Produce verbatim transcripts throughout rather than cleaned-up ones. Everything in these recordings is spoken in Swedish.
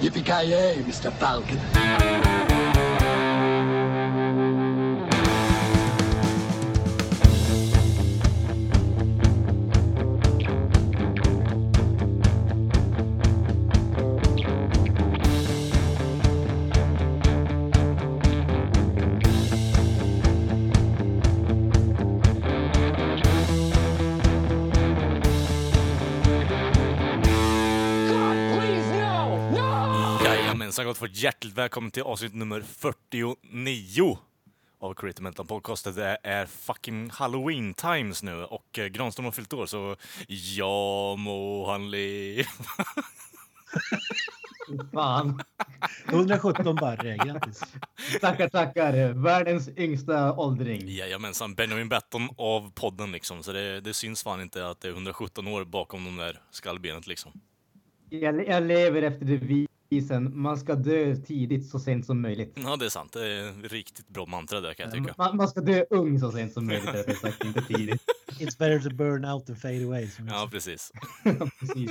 Yippee-ki-yay, mister Falcon. Så gott för hjärtligt välkommen till avsnitt nummer fyrtionio av Creative Mental Podcast. Det är fucking Halloween times nu och Granström har fyllt år, så ja må han le. Fan. hundrasjutton barre, grattis. Tackar, tackar. Världens yngsta åldring. Jajamensan, Benjamin Button av podden liksom. Så det, det syns fan inte att det är hundrasjutton år bakom de där skallbenet liksom. Jag, jag lever efter devisen. Man ska dö tidigt så sent som möjligt. Ja, det är sant. Det är ett riktigt bra mantra där, kan jag tycka. Man, man ska dö ung så sent som möjligt, det är sagt, inte tidigt. It's better to burn out than fade away. Ja, precis. Precis.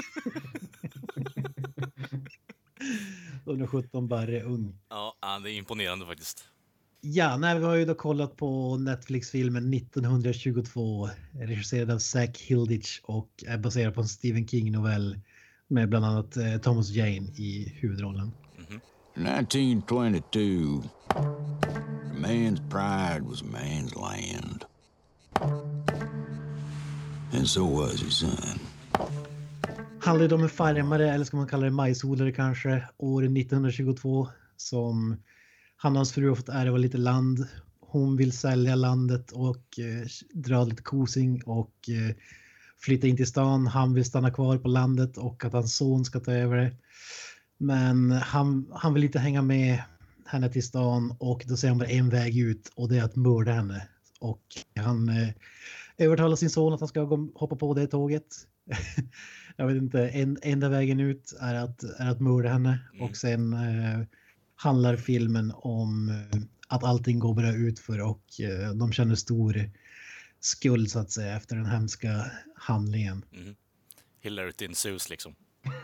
hundrasjutton barre ung. Ja, det är imponerande faktiskt. Ja, nej, vi har ju då kollat på Netflix-filmen nittonhundratjugotvå, regisserad av Zach Hilditch och är baserad på en Stephen King-novell med bland annat eh, Thomas Jane i huvudrollen. Mm-hmm. nineteen twenty-two. A man's pride was a man's land. And so was his son. Handlar det om en farmare, eller ska man kalla det majsodlare kanske, år nittonhundratjugotvå, som han och hans fru har fått ärva lite land. Hon vill sälja landet och eh, dra lite kosing och eh, flytta in till stan. Han vill stanna kvar på landet och att hans son ska ta över det. Men han, han vill inte hänga med henne till stan, och då ser han bara en väg ut, och det är att mörda henne. Och han eh, övertalar sin son att han ska gå, hoppa på det tåget. Jag vet inte, en, enda vägen ut är att, är att mörda henne. Mm. Och sen eh, handlar filmen om eh, att allting går bra utför, och eh, de känner stor skuld så att säga efter den hemska handlingen. Mm. Hilarity ensues liksom.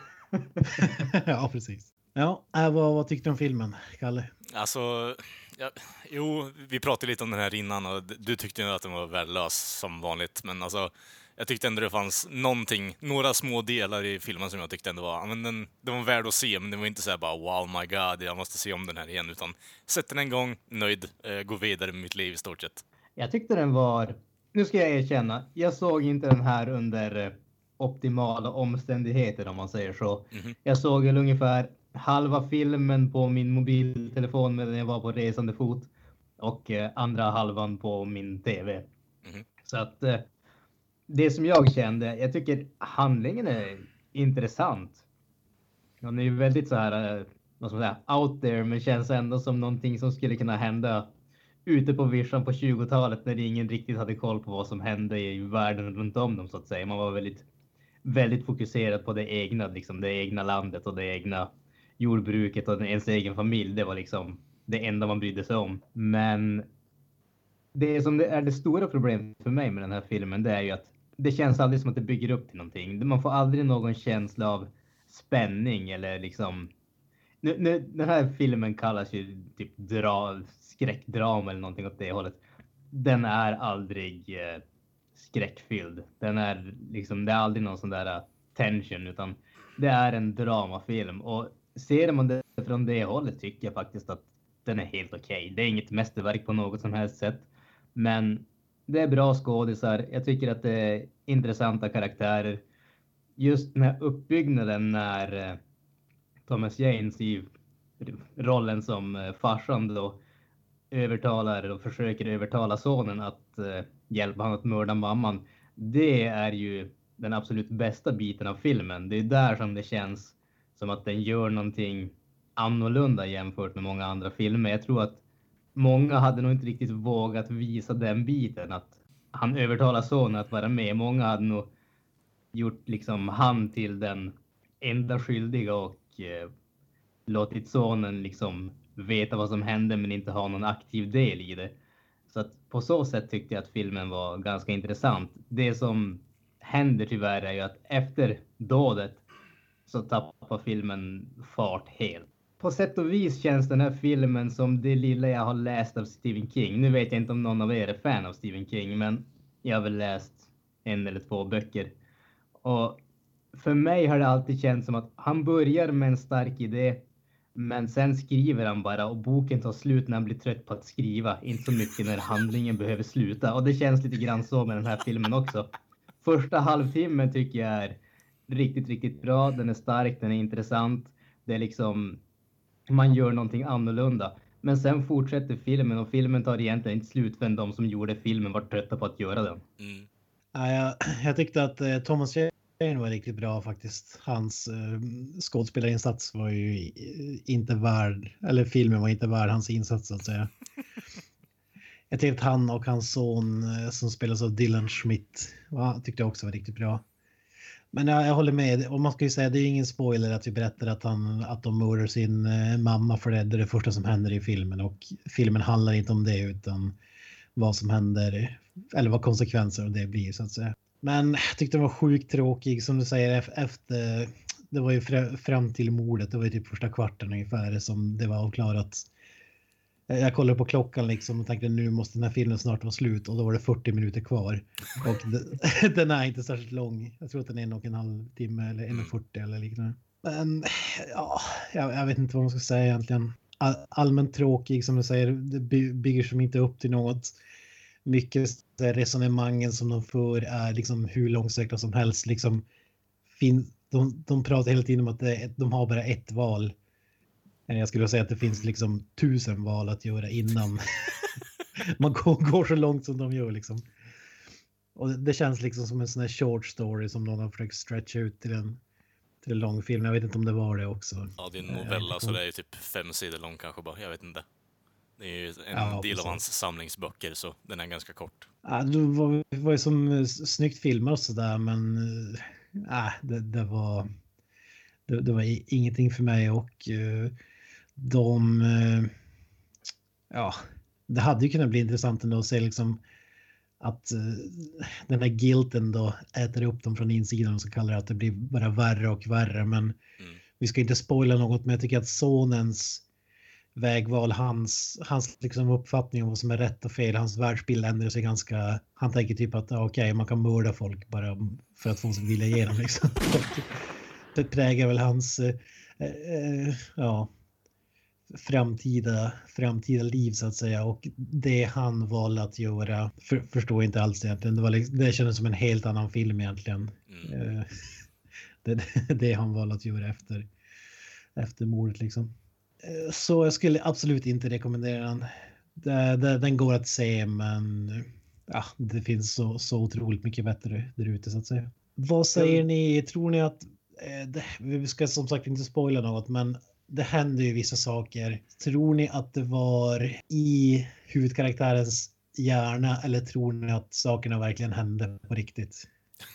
Ja, precis. Ja, äh, vad, vad tyckte du om filmen, Kalle? Alltså, ja, jo, vi pratade lite om den här innan och du tyckte ju att den var värdelös som vanligt, men alltså jag tyckte ändå det fanns någonting, några små delar i filmen som jag tyckte ändå var, men den, den var värd att se, men det var inte så här bara wow my god, jag måste se om den här igen, utan sätt den en gång, nöjd, eh, gå vidare med mitt liv i stort sett. Jag tyckte den var, nu ska jag erkänna, jag såg inte den här under optimala omständigheter om man säger så. Mm-hmm. Jag såg väl ungefär halva filmen på min mobiltelefon medan jag var på resande fot, och eh, andra halvan på min tv. Mm-hmm. Så att eh, det som jag kände, jag tycker handlingen är intressant. Den är ju väldigt så här, vad ska man säga, out there, men känns ändå som någonting som skulle kunna hända ute på vischan på tjugotalet när ingen riktigt hade koll på vad som hände i världen runt om dem så att säga. Man var väldigt, väldigt fokuserad på det egna, liksom det egna landet och det egna jordbruket och ens egen familj. Det var liksom det enda man brydde sig om. Men det som det är det stora problemet för mig med den här filmen, det är ju att det känns aldrig som att det bygger upp till någonting. Man får aldrig någon känsla av spänning eller liksom... Nu, nu, den här filmen kallas ju typ dra, skräckdrama eller någonting åt det hållet. Den är aldrig eh, skräckfylld. Den är liksom, det är aldrig någon sån där tension, utan det är en dramafilm. Och ser man det från det hållet tycker jag faktiskt att den är helt okej. Okay. Det är inget mästerverk på något som helst sätt. Men det är bra skådisar. Jag tycker att det är intressanta karaktärer. Just den här uppbyggnaden när eh, Thomas Jane i rollen som eh, farsan då övertalar och försöker övertala sonen att eh, hjälpa honom att mörda mamman. Det är ju den absolut bästa biten av filmen. Det är där som det känns som att den gör någonting annorlunda jämfört med många andra filmer. Jag tror att många hade nog inte riktigt vågat visa den biten, att han övertalar sonen att vara med. Många hade nog gjort liksom han till den enda skyldiga och eh, låtit sonen liksom veta vad som hände men inte ha någon aktiv del i det. Så att på så sätt tyckte jag att filmen var ganska intressant. Det som händer tyvärr är ju att efter dådet så tappar tappar filmen fart helt. På sätt och vis känns den här filmen som det lilla jag har läst av Stephen King. Nu vet jag inte om någon av er är fan av Stephen King, men jag har väl läst en eller två böcker. Och för mig har det alltid känts som att han börjar med en stark idé, men sen skriver han bara och boken tar slut när han blir trött på att skriva. Inte så mycket när handlingen behöver sluta. Och det känns lite grann så med den här filmen också. Första halvtimmen tycker jag är riktigt, riktigt bra. Den är stark, den är intressant. Det är liksom, man gör någonting annorlunda. Men sen fortsätter filmen och filmen tar egentligen inte slut förrän de som gjorde filmen var trötta på att göra den. Mm. Ja, jag, jag tyckte att eh, Thomas Jane var riktigt bra faktiskt. Hans eh, skådespelarinsats var ju inte värd, eller filmen var inte värd hans insats så att säga. Jag tyckte att han och hans son eh, som spelas av Dylan Schmidt, ja, tyckte jag också var riktigt bra. Men jag, jag håller med, och man ska ju säga det är ingen spoiler att vi berättar att, han, att de mördar sin eh, mamma, för det är det första som händer i filmen, och filmen handlar inte om det utan vad som händer, eller vad konsekvenser av det blir så att säga. Men jag tyckte det var sjukt tråkig som du säger efter, det var ju fram till mordet, det var ju typ första kvarten ungefär som det var avklarat. Jag kollade på klockan liksom och tänkte nu måste den här filmen snart vara slut, och då var det fyrtio minuter kvar. Och det, den är inte särskilt lång. Jag tror att den är en och en halv timme eller en och fyrtio eller liknande. Men ja, jag, jag vet inte vad man ska säga egentligen. All, allmänt tråkig som du säger, det bygger som inte upp till något. Mycket resonemangen som de för är liksom hur långsökta som helst. Liksom, fin, de, de pratar hela tiden om att det, de har bara ett val. Jag skulle säga att det finns liksom tusen val att göra innan man går, går så långt som de gör liksom. Och det känns liksom som en sån här short story som någon har försökt stretcha ut till en, till en lång film. Jag vet inte om det var det också. Ja, det är en novella så det är ju typ fem sidor lång kanske bara. Jag vet inte. Det är ju en ja, del precis. av hans samlingsböcker så den är ganska kort. Ja, det var, det var ju som snyggt filmat och sådär, men äh, det, det var det, det var ingenting för mig, och uh, de uh, ja, det hade ju kunnat bli intressant ändå att se liksom att uh, den här guilten då äter upp dem från insidan och så kallar det att det blir bara värre och värre, men mm. vi ska inte spoila något, men jag tycker att sonens vägval, hans, hans liksom uppfattning om vad som är rätt och fel, hans världsbild ändrar sig ganska, han tänker typ att okej, okay, man kan mörda folk bara för att få sin vilja igenom liksom. Det prägar väl hans eh, eh, ja, framtida, framtida liv så att säga, och det han valde att göra för, förstår inte alls egentligen, det, var liksom, det kändes som en helt annan film egentligen. Mm. Eh, det, det han valde att göra efter, efter mordet liksom. Så jag skulle absolut inte rekommendera den. Det, det, den går att se, men ja, det finns så, så otroligt mycket bättre där ute så att säga. Vad säger ni? Tror ni att eh, det, vi ska som sagt inte spoila något, men det händer ju vissa saker. Tror ni att det var i huvudkaraktärens hjärna, eller tror ni att sakerna verkligen hände på riktigt?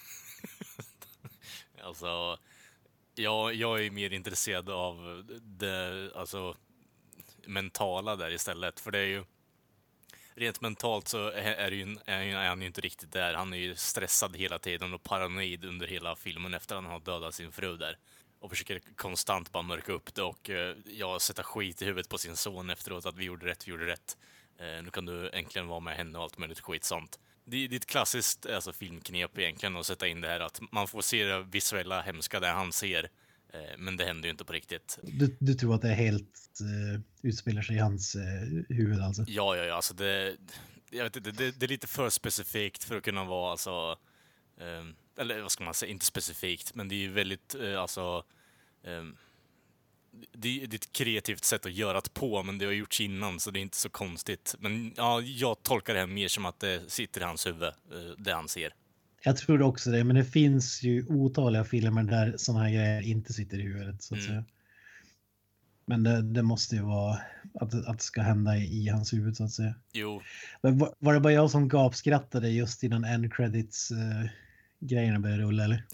Alltså... Ja, jag är mer intresserad av det alltså, mentala där istället. För det är ju... Rent mentalt så är, det ju, är han ju inte riktigt där. Han är ju stressad hela tiden och paranoid under hela filmen efter att han har dödat sin fru där. Och försöker konstant bara mörka upp det och ja, sätta skit i huvudet på sin son efteråt att vi gjorde rätt, vi gjorde rätt. Eh, nu kan du äntligen vara med henne och allt möjligt skit sånt. Det är ett klassiskt alltså, filmknep egentligen att sätta in det här att man får se det visuella hemska där han ser, eh, men det händer ju inte på riktigt. Du, du tror att det är helt uh, utspelar sig i hans uh, huvud alltså? Ja, ja, ja, alltså det, jag vet inte, det, det är lite för specifikt för att kunna vara alltså, eh, eller vad ska man säga, inte specifikt, men det är ju väldigt, eh, alltså, eh, det är ett kreativt sätt att göra det på, men det har gjorts innan så det är inte så konstigt. Men ja, jag tolkar det här mer som att det sitter i hans huvud, det han ser. Jag tror också det, men det finns ju otaliga filmer där sådana här grejer inte sitter i huvudet så att mm. säga. Men det, det måste ju vara att, att det ska hända i, i hans huvud så att säga. Jo. Men var, var det bara jag som gapskrattade just innan end credits uh, grejerna började rulla eller?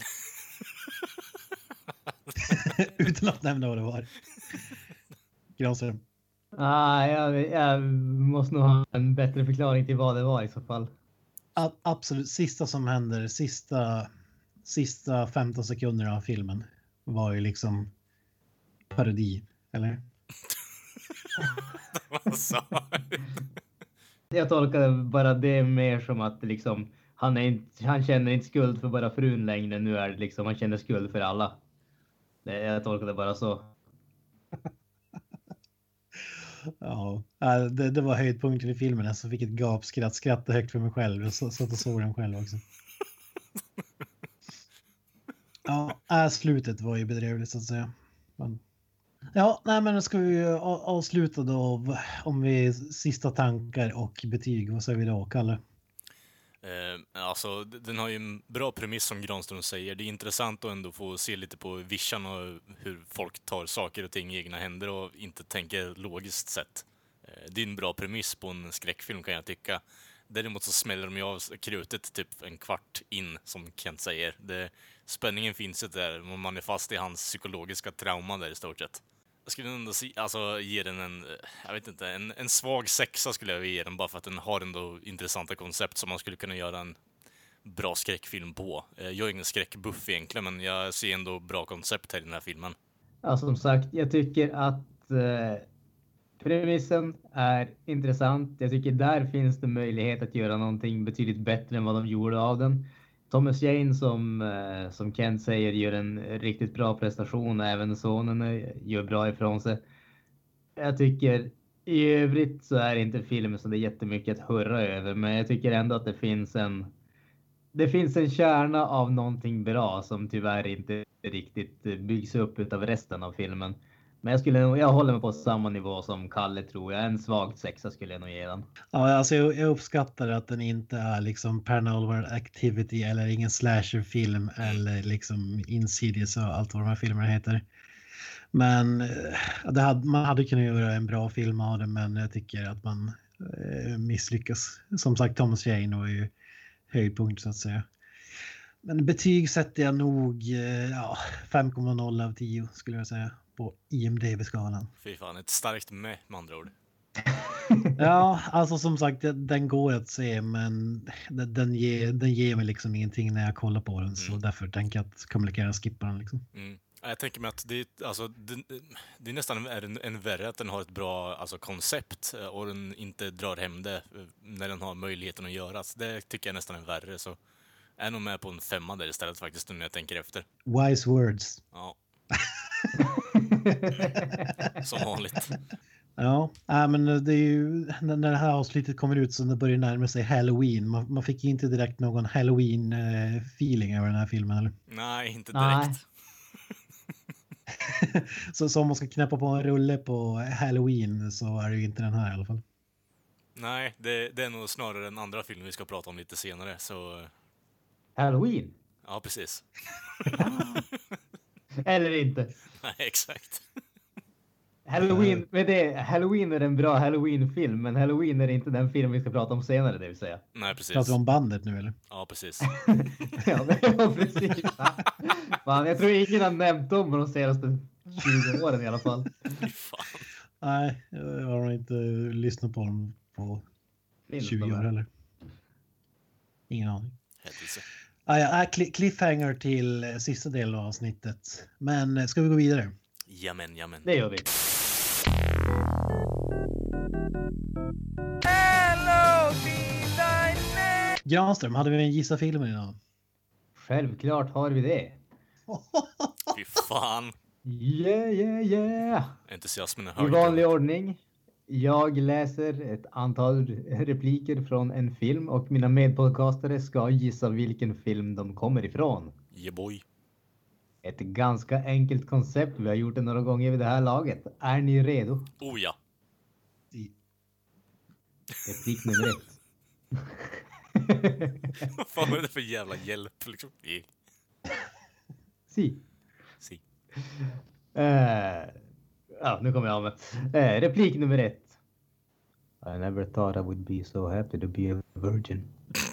Utan att nämna vad det var. Granström. Ah, jag, jag måste nog ha en bättre förklaring till vad det var i så fall. A- absolut, sista som händer, sista, sista femton sekunderna av filmen var ju liksom parodi, eller? Vad sa Jag tolkar bara det mer som att liksom, han, är inte, han känner inte skuld för bara frun längre. Nu är det liksom, han känner skuld för alla. Det, jag tolkar det bara så. Ja, det, det var höjdpunkten i filmen. Jag så fick ett gapskratt, skrattade högt för mig själv. Jag satt och såg den själv också. Ja, äh, slutet var ju bedrövligt så att säga. Men... Ja, nej men ska vi avsluta då om vi sista tankar och betyg. Vad säger vi då, Kalle? Eh, alltså, den har ju en bra premiss som Granström säger. Det är intressant att ändå få se lite på vischan och hur folk tar saker och ting i egna händer och inte tänker logiskt sett. Eh, det är en bra premiss på en skräckfilm kan jag tycka. Däremot så smäller de ju av krutet typ en kvart in, som Kent säger. Det, spänningen finns inte där, man är fast i hans psykologiska trauma där i stort sett. Jag skulle ändå se, alltså, ge den en, jag vet inte, en, en svag sexa skulle jag ge den, bara för att den har ändå intressanta koncept som man skulle kunna göra en bra skräckfilm på. Jag är ingen skräckbuff egentligen, men jag ser ändå bra koncept här i den här filmen. Ja, som sagt, jag tycker att eh, premissen är intressant. Jag tycker där finns det möjlighet att göra någonting betydligt bättre än vad de gjorde av den. Thomas Jane som, eh, som Kent säger gör en riktigt bra prestation. Även sonen gör bra ifrån sig. Jag tycker i övrigt så är inte filmen så det är jättemycket att hurra över. Men jag tycker ändå att det finns en det finns en kärna av någonting bra som tyvärr inte riktigt byggs upp av resten av filmen. Men jag, skulle, jag håller mig på samma nivå som Kalle tror jag. En svag sexa skulle jag nog ge den. Ja, alltså jag, jag uppskattar att den inte är liksom Paranormal Activity eller ingen slasherfilm eller liksom Insidious och allt vad de här filmerna heter. Men det hade, man hade kunnat göra en bra film av det, men jag tycker att man eh, misslyckas. Som sagt, Thomas Jane var ju höjdpunkt så att säga. Men betyg sätter jag nog eh, ja, fem komma noll av tio skulle jag säga på I M D B-skalan. Fy fan, ett starkt med med andra ord. Ja, alltså som sagt, den går att se, men den, den, ger, den ger mig liksom ingenting när jag kollar på den. Mm. Så därför tänker jag att kommer lika gärna skippa den liksom. Mm. Jag tänker mig att det, alltså, det, det är nästan en, en värre att den har ett bra alltså, koncept och den inte drar hem det när den har möjligheten att göra. Så det tycker jag nästan är värre. Så jag är nog med på en femma där istället faktiskt när jag tänker efter. Wise words. Ja. Som vanligt. Ja, äh, men det är ju när det här avslutet kommer ut så det börjar närma sig Halloween. Man, man fick ju inte direkt någon Halloween-feeling över den här filmen, eller? Nej, inte Nej. direkt. så, så om man ska knäppa på en rulle på Halloween så är det ju inte den här i alla fall. Nej, det, det är nog snarare en andra film vi ska prata om lite senare. Så... Halloween? Ja, precis. Eller inte. Nej, exakt. Halloween, men det, Halloween är en bra Halloween-film, men Halloween är inte den film vi ska prata om senare, det vill säga. Nej, precis. Pratar du om bandet nu, eller? Ja, precis. Ja, men, ja, precis. Fan, jag tror ingen har nämnt dem de senaste tjugo åren i alla fall. Fy fan. Nej, jag har inte lyssnat på dem på tjugo år heller. Ingen aning. Händelse. Ah, ja, cliffhanger till sista delen av avsnittet. Men ska vi gå vidare? Jamen, jamen. Det gör vi. Granström, hade vi en gissa filmen idag? Självklart har vi det. Fy fan. Yeah, yeah, yeah. Entusiasmen är I hög. vanlig ordning. Jag läser ett antal repliker från en film och mina medpodcastare ska gissa vilken film de kommer ifrån. Yeah, boy. Ett ganska enkelt koncept. Vi har gjort det några gånger vid det här laget. Är ni redo? Oh ja. Replik nummer ett. Vad fan är det för jävla hjälp liksom? Yeah. Si. Si. Uh, ja, nu kommer jag av med. Uh, replik nummer ett. I never thought I would be so happy to be a virgin.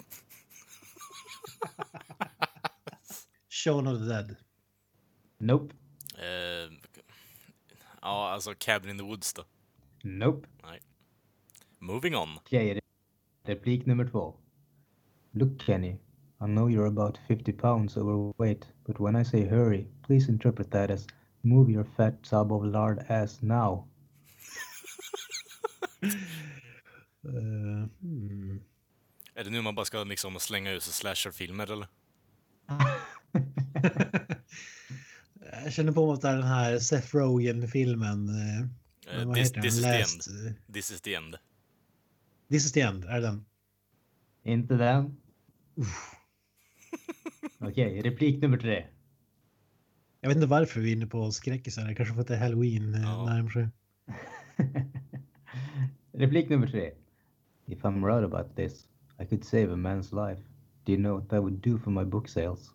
Shaun of the Dead. Nope. Uh, ja, alltså Cabin in the Woods då. Nope. Nej. Moving on. Okej, replik nummer två. Look, Kenny, I know you're about fifty pounds overweight, but when I say hurry, please interpret that as Move your fat tub of lard ass now. Uh, hmm. Är det nu man bara ska liksom slänga ut slasherfilmer eller? Jag känner på mig att det är den här Seth Rogen-filmen. Uh, uh, this, this, is Last... the end. this is the end. This is the end, är den? Inte den. Okej, okay, replik nummer tre. Jag vet inte varför vi är inne på skräckisar. Kanske för att det är Halloween ja. närmare sig. Replik nummer tre. If I'm right about this, I could save a man's life. Do you know what that would do for my book sales?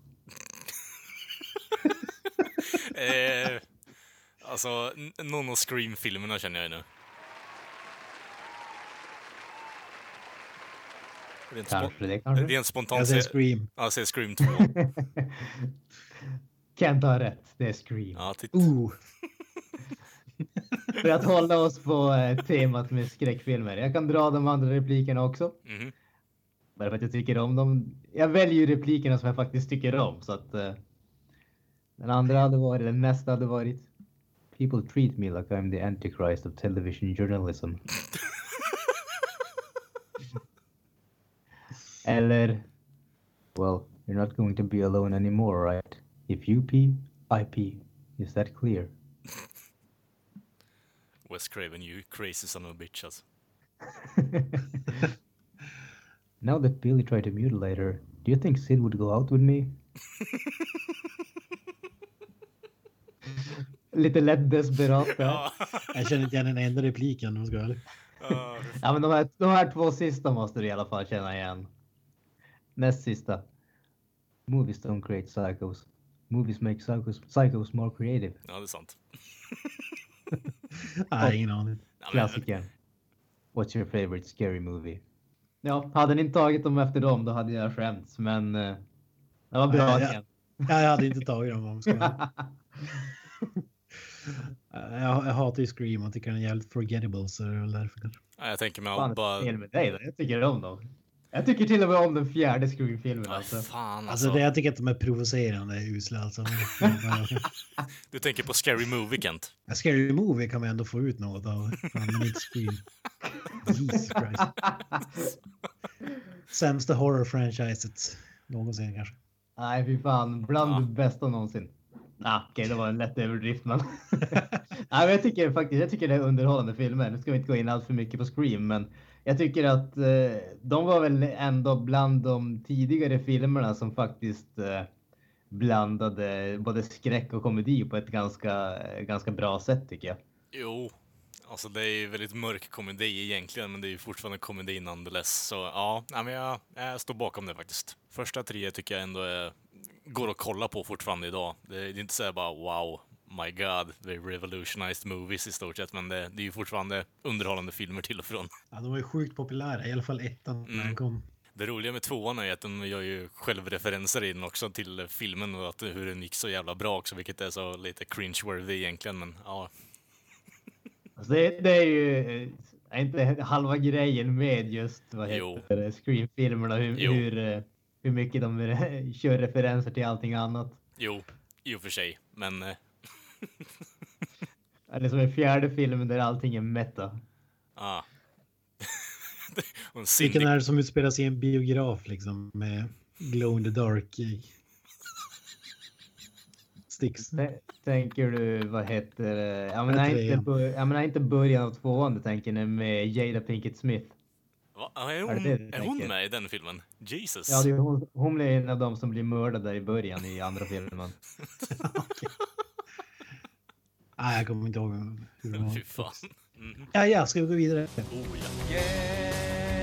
eh, alltså, någon av Scream-filmerna känner jag nu. Rent, kanske spo- det, kanske. rent spontant. Jag säger Scream. Ja, jag säger Scream två. Kent har rätt, det är Scream. Ja, titta. Uh. För att hålla oss på eh, temat med skräckfilmer. Jag kan dra de andra replikerna också. Mm. Bara för att jag tycker om dem. Jag väljer ju replikerna som jag faktiskt tycker om. Så att eh, den andra hade varit, den nästa hade varit. People treat me like I'm the antichrist of television journalism. Eller, well, you're not going to be alone anymore, right? If you pee, I pee. Is that clear? Wes Craven, you crazy son of a bitch, alltså. Now that Billy tried to mutilate her, do you think Sid would go out with me? Lite lätt desperat där. Jag känner inte igen en enda repliken. De ska väl. Ja, men de här, de här två sista måste du i alla fall känna igen. Näst sista. Movies don't create psychos. Movies make psychos, psychos more creative. Ja, det är sant. Nej, ingen aning. Klassiker. What's your favorite scary movie? Ja, hade ni inte tagit dem efter dem, då hade jag skämts. Men uh, det var bra. Ja, jag, jag hade inte tagit dem. Om jag, jag hatar ju Scream och tycker den är jävligt forgettable. Så det är väl därför kanske. Ja, jag tänker mig fan, bara... Fel med dig då. Jag tycker om dem. Jag tycker till och med om den fjärde Scream-filmen. Ja, alltså. fan, alltså. Alltså det, jag tycker att de är provocerande usla alltså. Du tänker på Scary Movie, Kent? A Scary Movie kan man ändå få ut något av. Men inte Scream. Jesus Christ. Sämsta horror-franchiset någonsin kanske. Nej, fy fan. Bland Ja. det bästa någonsin. Ah, okej, okay, det var en lätt överdrift, men... Nej, men jag tycker faktiskt jag tycker det är underhållande filmer. Nu ska vi inte gå in allt för mycket på Scream, men jag tycker att eh, de var väl ändå bland de tidigare filmerna som faktiskt eh, blandade både skräck och komedi på ett ganska, eh, ganska bra sätt, tycker jag. Jo, alltså det är ju väldigt mörk komedi egentligen, men det är ju fortfarande komedi nonetheless. Så ja, nej, men jag, jag står bakom det faktiskt. Första tre tycker jag ändå är, går att kolla på fortfarande idag. Det är, det är inte så här bara wow, my god, they revolutionized movies i stort sett, men det, det är ju fortfarande underhållande filmer till och från. Ja, de var ju sjukt populära, i alla fall ettan när den kom. Det roliga med tvåan är att de gör ju självreferenser i den också till filmen och att hur den gick så jävla bra också, vilket är så lite cringe-worthy egentligen, men ja. Alltså det, det är ju är inte halva grejen med just vad heter det, Scream-filmerna, hur, hur, hur mycket de kör referenser till allting annat. Jo, i och för sig, men... Det är som en fjärde film där allting är meta. Ah. Vilken är det som utspelas i en biograf liksom med glow in the dark sticks? Tänker du, vad heter det? Jag menar inte, bör, jag menar inte början av tvåan, du tänker nu med Jada Pinkett Smith. Va? Är hon, är, det är hon med i den filmen? Jesus. Ja, det är hon, hon blir en av dem som blir mördad där i början i andra filmen. Okay. Nej, jag kommer inte ihåg hur det var. Fy fan. Mm. Ja, ja, ska vi gå vidare? Oh, ja. Yeah.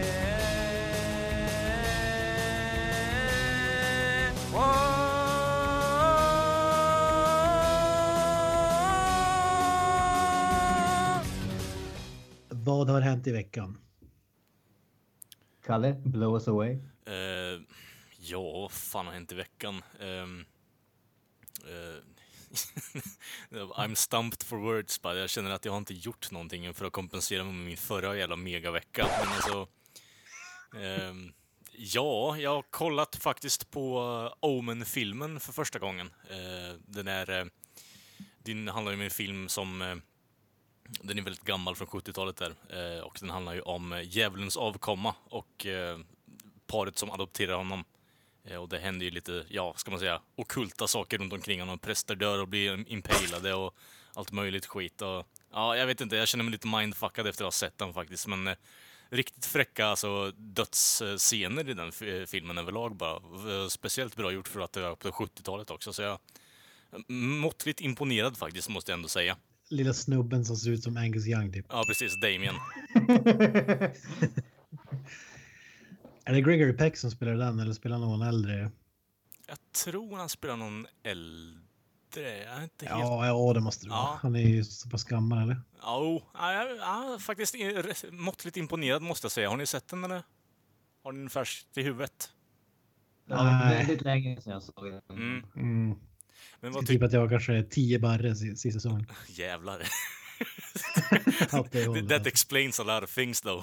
Vad har hänt i veckan? Kalle, blow us away. Uh, ja, vad fan har hänt i veckan? Um, uh, I'm stumped for words, bara. Jag känner att jag har inte gjort någonting för att kompensera med min förra jävla megavecka. Men alltså, um, ja, jag har kollat faktiskt på Omen-filmen för första gången. Uh, den är uh, det handlar ju om en film som... Eh, den är väldigt gammal från sjuttiotalet där. Eh, och den handlar ju om eh, djävulens avkomma och eh, paret som adopterar honom. Eh, och det händer ju lite, ja, ska man säga, ockulta saker runt omkring honom. Präster dör och blir impalade och allt möjligt skit. Och, ja, jag vet inte, jag känner mig lite mindfuckad efter att ha sett den faktiskt. Men eh, riktigt fräcka alltså, dödsscener i den f- filmen överlag bara. Speciellt bra gjort för att det var på sjuttiotalet också. Så jag är måttligt imponerad faktiskt, måste jag ändå säga. Lilla snubben som ser ut som Angus Young typ. Ja, precis. Damien. Är det Gregory Peck som spelar den eller spelar någon äldre? Jag tror han spelar någon äldre. Jag är inte helt... Ja, ja, det måste det vara. Ja. Han är ju så pass gammal, eller? Ja, oh, ja, ja, ja, faktiskt är måttligt imponerad måste jag säga. Har ni sett den eller? Har ni den färskt i huvudet? Det var väldigt länge sedan jag såg den. Mm. Mm. Men Jag vad tycker tycker... att jag var kanske tio barre sista säsongen. Jävlar. Allt det håller. That explains a lot of things though.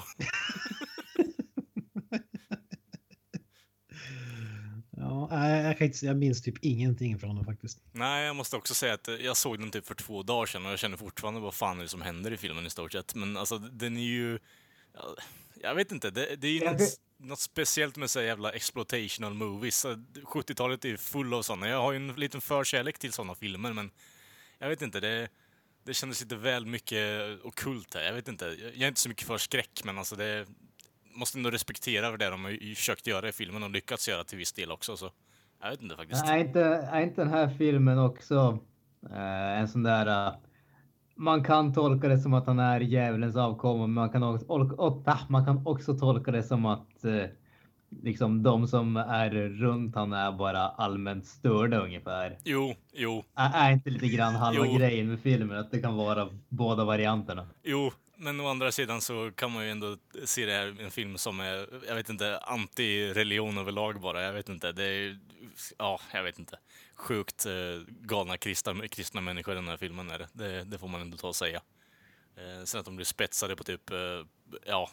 Ja, nej, jag, kan inte, jag minns typ ingenting från den faktiskt. Nej, jag måste också säga att jag såg den typ för två dagar sedan och jag känner fortfarande vad fan är det som händer i filmen i stort sett. Men alltså, den är ju... Jag vet inte, det, det är ju något, något speciellt med så jävla exploitational movies. sjuttiotalet är full av sådana. Jag har ju en liten förkärlek till sådana filmer, men jag vet inte, det, det kändes lite väl mycket ockult här. Jag vet inte, jag är inte så mycket för skräck, men alltså det... måste ändå respektera det de har försökt göra i filmen och lyckats göra till viss del också. Så jag vet inte faktiskt. Är inte, är inte den här filmen också eh, en sån där... Uh, man kan tolka det som att han är djävulens avkomma, men man kan också, och, ah, man kan också tolka det som att eh, liksom de som är runt han är bara allmänt störda ungefär. Jo, jo. Är, är inte lite grann halva Jo. grejen med filmen att det kan vara båda varianterna? Jo, men å andra sidan så kan man ju ändå se det här en film som är, jag vet inte, anti-religion överlag bara. Jag vet inte, det är, ja, jag vet inte. Sjukt eh, galna kristna, kristna människor i den här filmen är det. Det, det får man ändå ta och säga. Eh, sen att de blir spetsade på typ, eh, ja.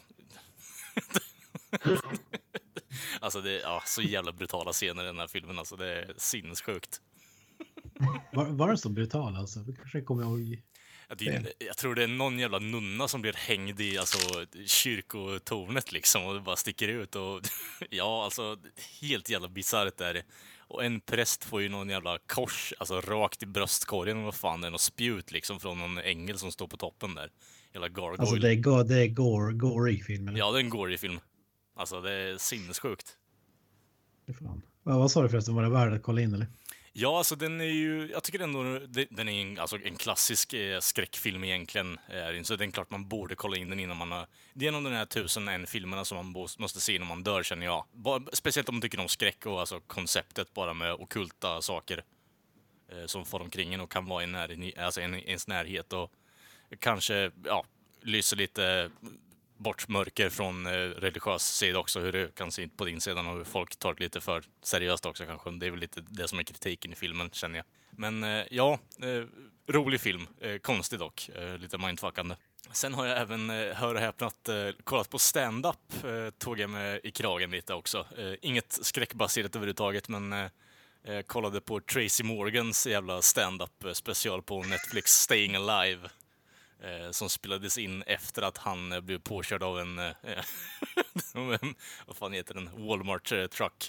Alltså det är ja, så jävla brutala scener i den här filmen, alltså det är sinnessjukt. Var, var det så brutal alltså? Vi kanske kommer ihåg. Ja, det, jag tror det är någon jävla nunna som blir hängd i alltså, kyrkotornet liksom och det bara sticker ut. Och, ja, alltså helt jävla bisarrt är det. Och en präst får ju någon jävla kors, alltså rakt i bröstkorgen och vad fan det är, något spjut liksom från någon ängel som står på toppen där. Jävla gargoyle. Alltså det är, go- det är gore, gory film eller? Ja, det är en gory film. Alltså det är sinnessjukt. Fan. Vad, vad sa du förresten, var det värd att kolla in eller? Ja, alltså den är ju, jag tycker ändå den är en, alltså en klassisk eh, skräckfilm egentligen. Eh, så det är klart man borde kolla in den innan man har, det är en av de här tusen en filmerna som man bo, måste se innan man dör känner jag. Bara, speciellt om man tycker om skräck och alltså konceptet bara med ockulta saker eh, som får omkring en och kan vara i när, alltså en, ens närhet och kanske, ja, lyser lite bort mörker från eh, religiös sida också, hur det kan se ut på din sida och hur folk tar det lite för seriöst också kanske. Det är väl lite det som är kritiken i filmen, känner jag. Men eh, ja, eh, rolig film. Eh, konstig dock. Eh, lite mindfuckande. Sen har jag även, eh, hör och häpnat, eh, kollat på stand-up. Eh, tog jag med i kragen lite också. Eh, inget skräckbaserat överhuvudtaget, men eh, eh, kollade på Tracy Morgans jävla stand-up eh, special på Netflix, Staying Alive. Eh, som spelades in efter att han eh, blev påkörd av en, eh, vad fan heter den, Walmart eh, truck.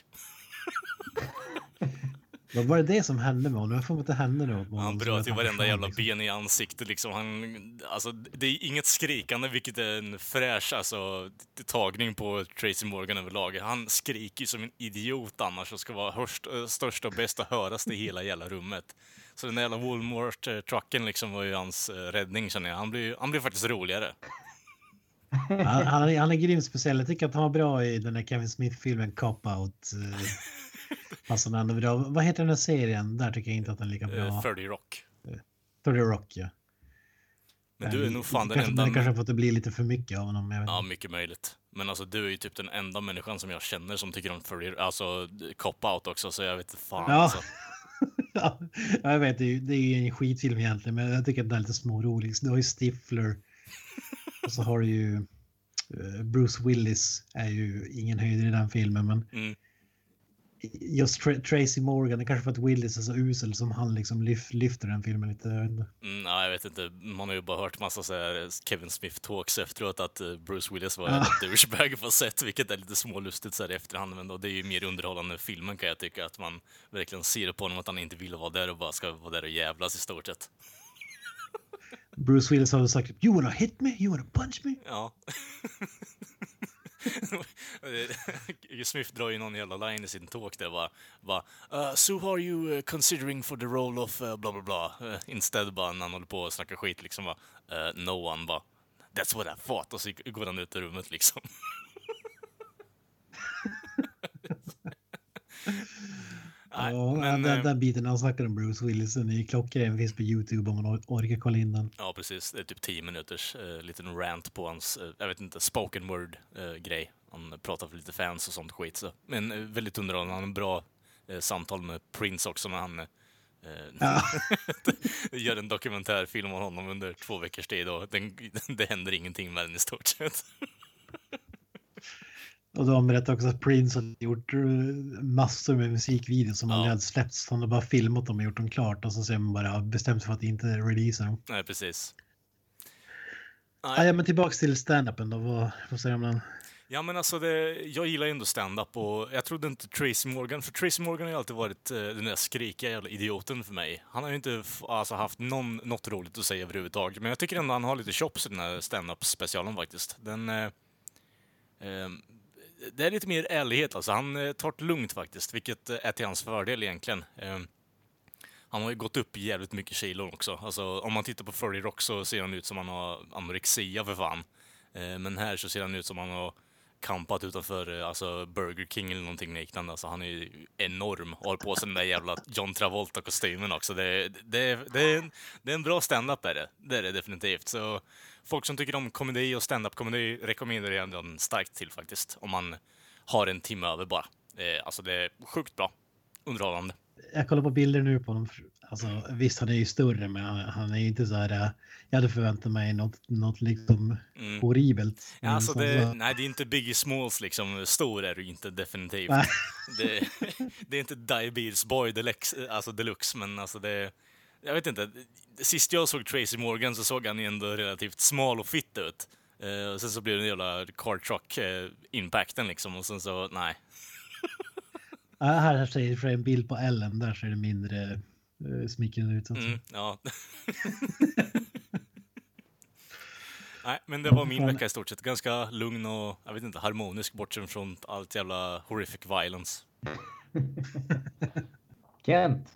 Vad var det det som hände med honom? Jag får inte hända något med honom. Han bröt ju varenda försvann, jävla liksom. ben i ansiktet liksom. Han, alltså, det är inget skrikande, vilket är en fräsch alltså, tagning på Tracy Morgan överlag. Han skriker ju som en idiot annars och ska vara hörst, största och bästa höras i hela jävla rummet. Så den där jävla Walmart-trucken liksom var ju hans räddning, känner jag. Han blir, han blir faktiskt roligare. Han, han, är, han är grymt speciell. Jag tycker att han var bra i den där Kevin Smith-filmen Cop Out. Alltså, den är bra. Vad heter den här serien? Där tycker jag inte att den är lika bra. Uh, thirty Rock. thirty Rock, ja. Men du är nog fan den kanske, enda... Men kanske har fått det bli lite för mycket av honom. Jag vet ja, inte. mycket möjligt. Men alltså du är ju typ den enda människan som jag känner som tycker om thirty, alltså Cop Out också, så jag vet inte fan. Ja. Alltså. Ja, jag vet, det är, ju, det är ju en skitfilm egentligen, men jag tycker att den är lite smårolig. Du har ju Stifler och så har du ju uh, Bruce Willis är ju ingen höjdare i den filmen, men Mm. just Tra- Tracy Morgan, det kanske för att Willis är så usel som han liksom lyf- lyfter den filmen lite. Jag vet inte. Mm, nej, jag vet inte. Man har ju bara hört massa så här Kevin Smith-talks efteråt att uh, Bruce Willis var Ja. en douchebag på sätt, vilket är lite smålustigt så här i efterhand, men då, det är ju mer underhållande filmen kan jag tycka, att man verkligen ser på honom att han inte vill vara där och bara ska vara där och jävlas i stort sett. Bruce Willis har sagt "You wanna hit me? You wanna punch me?" Ja. Smith drar ju någon jävla line i sin talk där bara, bara uh, so who are you uh, considering for the role of uh, bla bla bla uh, instead bara när han håller på och snackar skit liksom bara uh, no one bara that's what I thought och så går han ut ur rummet liksom. Nej, ja, men, den, äh, den biten när han snackar om Bruce Willis, den är klockren, finns på YouTube om man or- orkar kolla in den. ja, precis. Det är typ tio minuters uh, liten rant på hans, uh, jag vet inte, spoken word uh, grej. Han pratar för lite fans och sånt skit. Så. Men uh, väldigt underhållande. Han har en bra uh, samtal med Prince också när han uh, Ja. gör en dokumentärfilm om honom under två veckors tid och den, det händer ingenting med den i stort sett. Och de berättar också att Prince har gjort uh, massor med musikvideos som Ja. aldrig hade släppts. Han har bara filmat dem och gjort dem klart och så ser man bara bestämt sig för att inte releasa dem. Nej, precis. Ah, ja, men tillbaks till stand-upen då. Vad, vad säger man? Ja, men alltså, det, jag gillar ju ändå stand-up och jag trodde inte Tracy Morgan, för Tracy Morgan har ju alltid varit eh, den där skrikiga jävla idioten för mig. Han har ju inte f- alltså, haft någon, något roligt att säga överhuvudtaget, men jag tycker ändå han har lite chops i den här stand-up-specialen faktiskt. Den, eh, eh, det är lite mer ärlighet, alltså. Han eh, tar det lugnt faktiskt, vilket är till hans fördel egentligen. Eh, han har ju gått upp jävligt mycket kilon också. Alltså, om man tittar på thirty Rock så ser han ut som han har anorexia för fan. Eh, men här så ser han ut som han har kampat utanför alltså Burger King eller någonting liknande. Alltså, han är ju enorm och har på sig den där jävla John Travolta-kostymen också. Det, det, det, är en, det är en bra stand-up är det. Det är det definitivt. Så folk som tycker om komedi och stand-up-komedi rekommenderar jag ändå en starkt till faktiskt. Om man har en timme över bara. Eh, alltså det är sjukt bra. Underhållande. Jag kollar på bilder nu på honom. Alltså, visst, han är ju större, men han, han är ju inte så här. äh, Jag hade förväntat mig något, något liksom Mm. horribelt. Ja, alltså Så- det, så- nej, det är inte Biggie Smalls liksom. Stor är du inte definitivt. Nej. Det, det är inte Diabetes Boy deluxe, alltså deluxe, men alltså det... Jag vet inte. Sist jag såg Tracy Morgan så såg han ändå relativt smal och fit ut. Eh, och sen så blev det en jävla car truck eh, impacten liksom. Och sen så, nej. Ja, här, här ser jag en bild på Ellen. Där ser det mindre uh, smickrande ut. Alltså. Mm, ja. Nej, men det var min vecka i stort sett. Ganska lugn och, jag vet inte, harmonisk bortsett från allt jävla horrific violence. Kent.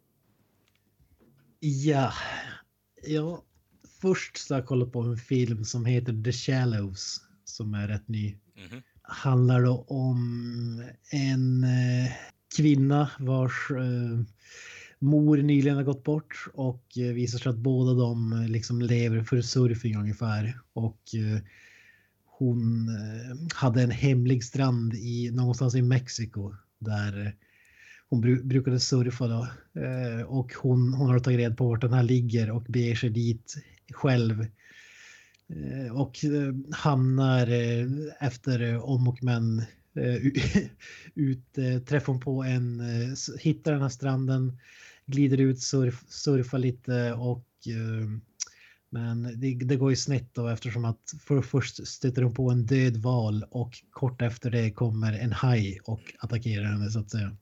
Ja. ja, först så har jag kollat på en film som heter The Shallows som är rätt ny. Mhm. Handlar då om en eh, kvinna vars eh, mor nyligen har gått bort och eh, visar sig att båda de eh, liksom lever för surfing ungefär. Och eh, hon eh, hade en hemlig strand i någonstans i Mexiko där eh, hon bru- brukade surfa då. Eh, och hon, hon har tagit reda på vart den här ligger och beger sig dit själv. Eh, och eh, hamnar eh, efter eh, om och men eh, ut, eh, träffar hon på en, eh, s- hittar den här stranden, glider ut, surf, surfar lite och eh, men det, det går ju snett då eftersom att för, först stöter hon på en död val och kort efter det kommer en haj och attackerar henne så att säga.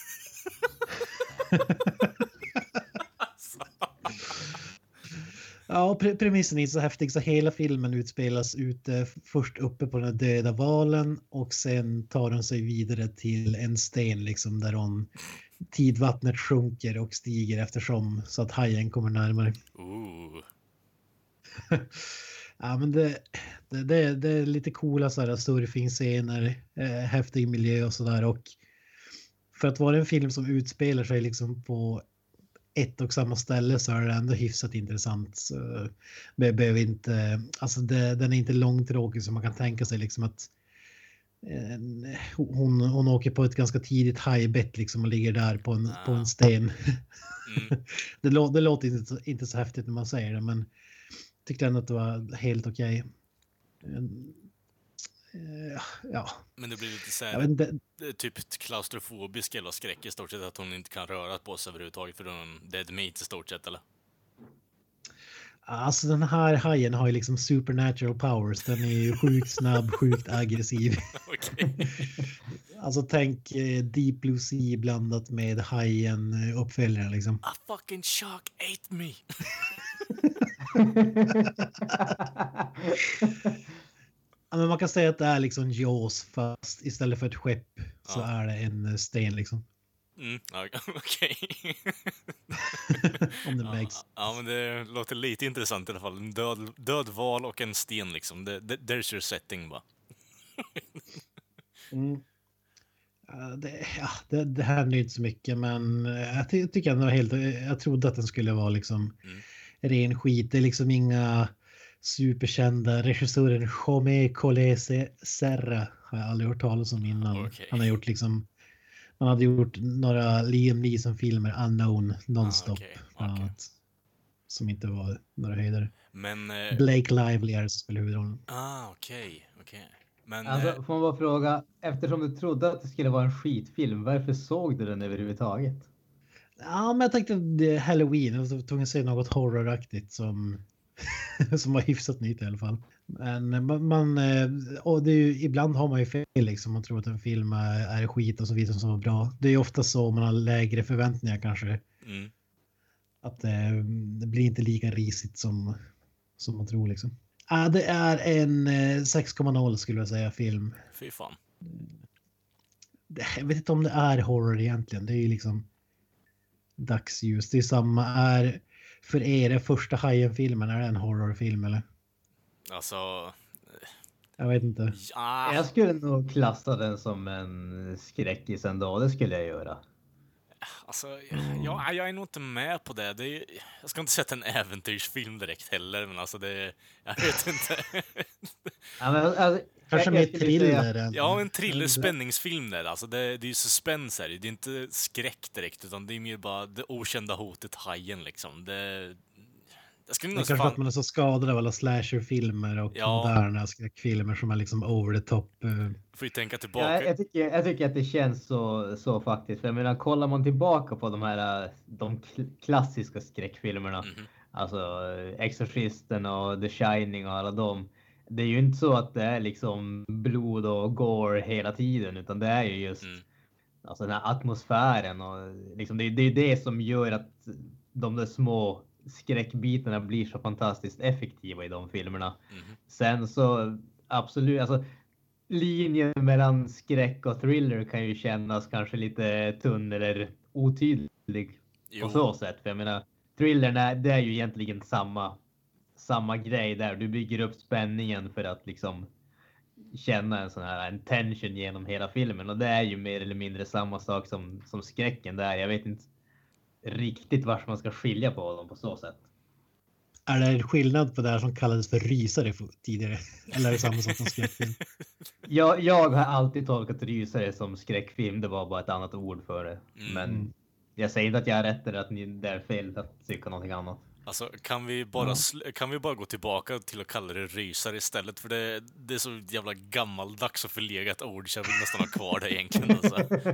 Ja, pre- premissen är så häftig så hela filmen utspelas ute först uppe på den här döda valen och sen tar hon sig vidare till en sten liksom där hon tidvattnet sjunker och stiger eftersom så att hajen kommer närmare. Ooh. Ja, men det, det, det, det är lite coola så här surfingscener, eh, häftig miljö och sådär och för att vara en film som utspelar sig liksom på ett och samma ställe så är det ändå hyfsat intressant. Så det behöver inte, alltså det, den är inte långtråkig som man kan tänka sig liksom att eh, hon, hon åker på ett ganska tidigt hajbett liksom och ligger där på en, på en sten. Mm. det, lå, det låter inte så, inte så häftigt när man säger det men tyckte ändå att det var helt okej. Eh, ja. Men det blir lite så Jag här, vet inte. typ klaustrofobisk eller skräck i stort sett, att hon inte kan röra på sig överhuvudtaget för hon är en dead meat i stort sett, eller? Alltså den här hajen har ju liksom supernatural powers. Den är ju sjukt snabb, sjukt aggressiv. Okej. Alltså tänk eh, Deep Blue Sea blandat med hajen eh, uppföljaren liksom. A fucking shark ate me! Ja, men man kan säga att det är liksom Jaws fast istället för ett skepp så Ja. är det en eh, sten liksom. Mm, ja, okej. Om det Ja, makes. ja, men det låter lite intressant i alla fall. En död, död val och en sten liksom. Det, det, there's your setting, va? Mm. Ja, det, ja, det, det händer ju inte så mycket, men jag ty tycker ändå helt... Jag trodde att den skulle vara liksom Mm. ren skit. Det är liksom inga superkända. Regissören Jaume Collet Serra har jag aldrig hört talas om innan. Okej. Han har gjort liksom... Man hade gjort några Liam Neeson-filmer, Unknown, Nonstop, Ah, okej, bland okej. annat, som inte var några höjdare. Men... Eh, Blake Lively är det som spelar huvudrollen. ah, okej, okej. Men... eh, Alltså, får man bara fråga, eftersom du trodde att det skulle vara en skitfilm, varför såg du den överhuvudtaget? Ja, men jag tänkte att det är Halloween. Jag var tvungen att se något horroraktigt som, som var hyfsat nytt i alla fall. Men man, man och det är ju, ibland har man ju fel liksom. Man tror att en film är, är skit och så vidare som var bra. Det är ju ofta så man har lägre förväntningar kanske. mm. Att eh, det blir inte lika risigt som, som man tror liksom. Ja, det är en eh, sex komma noll skulle jag säga film. Fy fan. Det- Jag vet inte om det är horror egentligen. Det är ju liksom dagsljus. Det är samma. Är för er är första Hajen-filmen, är det en horrorfilm eller? Alltså... Jag vet inte. Ja, Jag skulle nog klassa den som en skräckis ändå, det skulle jag göra. alltså... Ja, jag är nog inte med på det. det är, jag ska inte sätta en äventyrsfilm direkt heller, men alltså det... Jag vet inte. Ja, men, alltså, Kanske jag- mer jag skulle säga- thriller. än- Ja, en thriller-spänningsfilm där. Alltså det, det är ju suspense här. Det är inte skräck direkt, utan det är mer bara det okända hotet, hajen liksom. Det... Jag skulle Det nog är kanske att fan... man är så skadad av alla slasherfilmer och Ja. moderna skräckfilmer som är liksom over the top. eh. Får ju tänka tillbaka. Ja, jag, tycker, jag tycker att det känns så, så faktiskt. För jag menar, kollar man tillbaka på de här äh, de kl- klassiska skräckfilmerna, Mhm. alltså äh, Exorcisten och The Shining och alla dem. Det är ju inte så att det är liksom blod och gore hela tiden, utan det är ju just Mm. alltså den här atmosfären och liksom det, det är det som gör att de där små skräckbitarna blir så fantastiskt effektiva i de filmerna. Mhm. Sen så absolut, alltså linjen mellan skräck och thriller kan ju kännas kanske lite tunn eller otydlig Jo. på så sätt. För jag menar, thrillern är, det är ju egentligen samma, samma grej där. Du bygger upp spänningen för att liksom känna en sån här en tension genom hela filmen. Och det är ju mer eller mindre samma sak som, som skräcken där. Jag vet inte riktigt vart man ska skilja på dem på så sätt. Är det skillnad på det här som kallades för rysare f- tidigare? Eller är det samma sak som skräckfilm? Jag, jag har alltid tolkat rysare som skräckfilm. Det var bara ett annat ord för det. Mm. Men jag säger inte att jag har rätt eller att ni, det är fel att tycka någonting annat. Alltså, kan vi, bara Ja. sl- kan vi bara gå tillbaka till att kalla det rysare istället? För det, det är så jävla gammaldags och förlegat ord, så jag vill nästan ha kvar det egentligen. Alltså.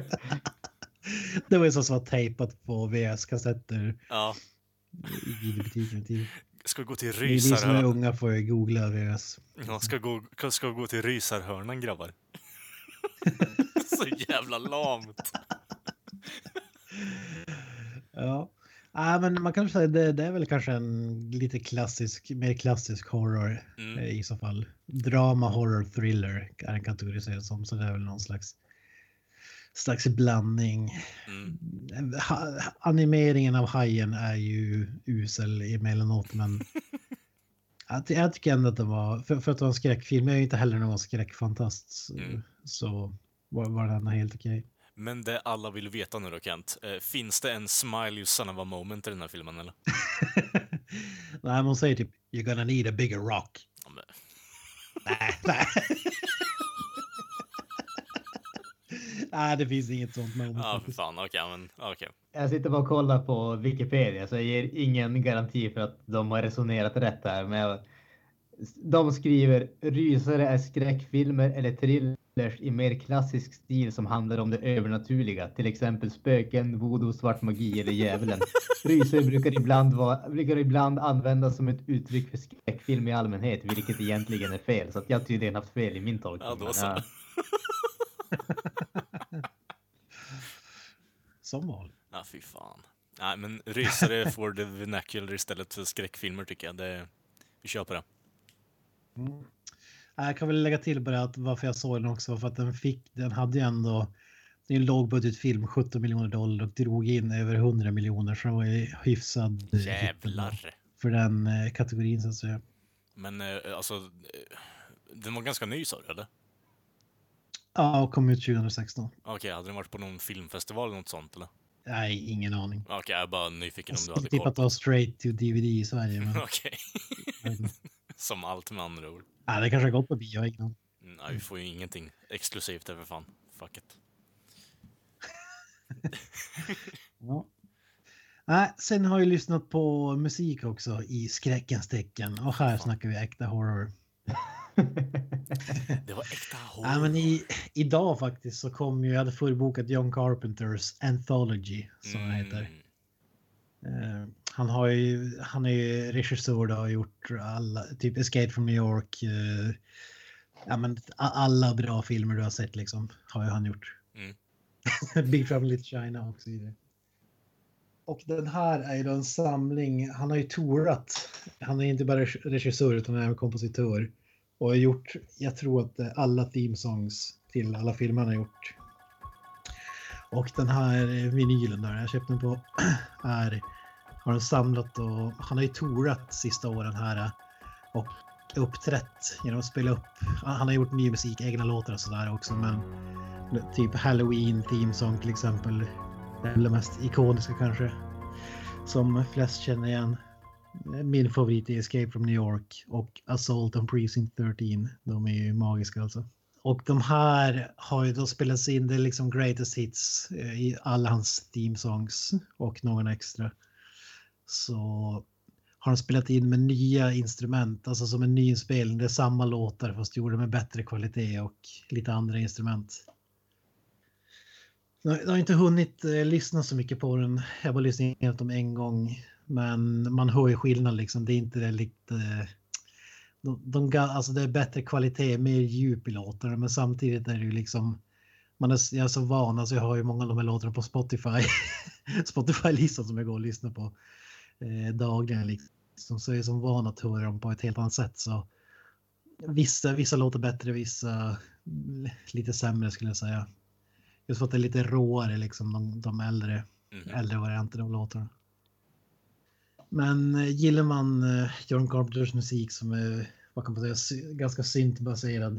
Det var ju så som var tejpat på V S-kassetter Ja, i videobutiken tidigare. ska vi gå till Ni, ni som är rysarhörnan? unga får ju googla V S. Ja, ska, gå, ska vi gå till rysarhörnan, grabbar? Så jävla lamt. Ja. Ja, men man kan säga det, det är väl kanske en lite klassisk, mer klassisk horror Mm. eh, i så fall. Drama, horror, thriller är en kategoriserad som, så det är väl någon slags slags blandning. Mm. Ha, animeringen av hajen är ju usel emellanåt, men jag, jag tycker ändå att det var, för, för att vara en skräckfilm, jag är ju inte heller någon skräckfantast, så, Mm. så var, var den helt okej. Men det alla vill veta nu då, Kent. Eh, finns det en smile you son of a moment i den här filmen, eller? Nej, men hon säger typ you're gonna need a bigger rock. Ja, men, Nej, nej. Nej, det finns inget sånt moment. ja för faktiskt. fan. Okej, men okej. Jag sitter bara och kollar på Wikipedia så jag ger ingen garanti för att de har resonerat rätt här. Men jag, De skriver rysare är skräckfilmer eller thrillers i mer klassisk stil som handlar om det övernaturliga. Till exempel spöken, voodoo, svart magi eller djävulen. Rysare brukar ibland, vara, brukar ibland användas som ett uttryck för skräckfilm i allmänhet, vilket egentligen är fel. Så att jag tydligen haft fel i min tolkning. Ja, då så. Ja. Som vanligt. Ja, fy fan. Nej, men rysare får the vernacular istället för skräckfilmer tycker jag. Det, vi kör på det. Mm. Jag kan väl lägga till bara att varför jag såg den också, för att den fick, den hade ju ändå, det är en lågbudgetfilm, sjutton miljoner dollar och drog in över hundra miljoner, så det var ju hyfsad Jävlar. för den eh, kategorin så att säga. Men eh, alltså, eh, den var ganska ny sa du, eller? Ja, och kom ut tjugohundrasexton. Okej, okay, hade den varit på någon filmfestival eller något sånt, eller? Nej, ingen aning. Okej, okay, jag är bara nyfiken om du Jag hade skulle koll. tippa att straight to D V D i Sverige. Men... Okej. Som allt med andra ord. Ja, det kanske har gått på bio, ingen aning. Nej, vi får ju ingenting exklusivt över fan. Fuck it. Ja. Nej, sen har jag lyssnat på musik också i skräckens tecken. Och här snackar vi äkta horror. Det var äkta horror. Ja, men i, idag faktiskt så kom ju, jag hade förbokat John Carpenters Anthology som mm. heter. Uh, han har ju, han är ju regissör och har gjort alla, typ Escape from New York. Uh, ja, men alla bra filmer du har sett liksom har ju han gjort. Mm. Big Trouble in Little China också i det. Och den här är ju en samling, han har ju tourat. Han är inte bara regissör utan han är även kompositör. Och har gjort, jag tror att alla theme songs till alla filmer han har gjort. Och den här vinylen där jag köpte den på är, har han samlat och han har ju tourat sista åren här och uppträtt genom att spela upp. Han har gjort ny musik, egna låtar och sådär också, men typ Halloween theme song till exempel. Det är det mest ikoniska kanske som flest känner igen. Min favorit är Escape from New York och Assault on Precinct tretton. De är ju magiska alltså. Och de här har ju då spelats in, det är liksom greatest hits i alla hans theme songs och någon extra. Så har de spelat in med nya instrument, alltså som en ny inspelning. Det är samma låtar fast gjorda med bättre kvalitet och lite andra instrument. Jag har inte hunnit eh, lyssna så mycket på den. Jag har bara lyssnat dem en gång. Men man hör ju skillnad liksom. Det är inte det lite... De, de, alltså det är bättre kvalitet, mer djup i låtarna. Men samtidigt är det ju liksom... Man är, jag är så van, alltså jag har ju många av de här låtarna på Spotify. Spotify-listan som jag går och lyssnar på eh, dagligen. Liksom. Så jag är som van att höra dem på ett helt annat sätt. Så vissa, vissa låter bättre, vissa lite sämre skulle jag säga. Just för att det är lite råare liksom, de, de äldre, mm. äldre varianterna av låtarna. Men eh, gillar man eh, John Carpenters musik som är, vad kan man säga, ganska syntbaserad,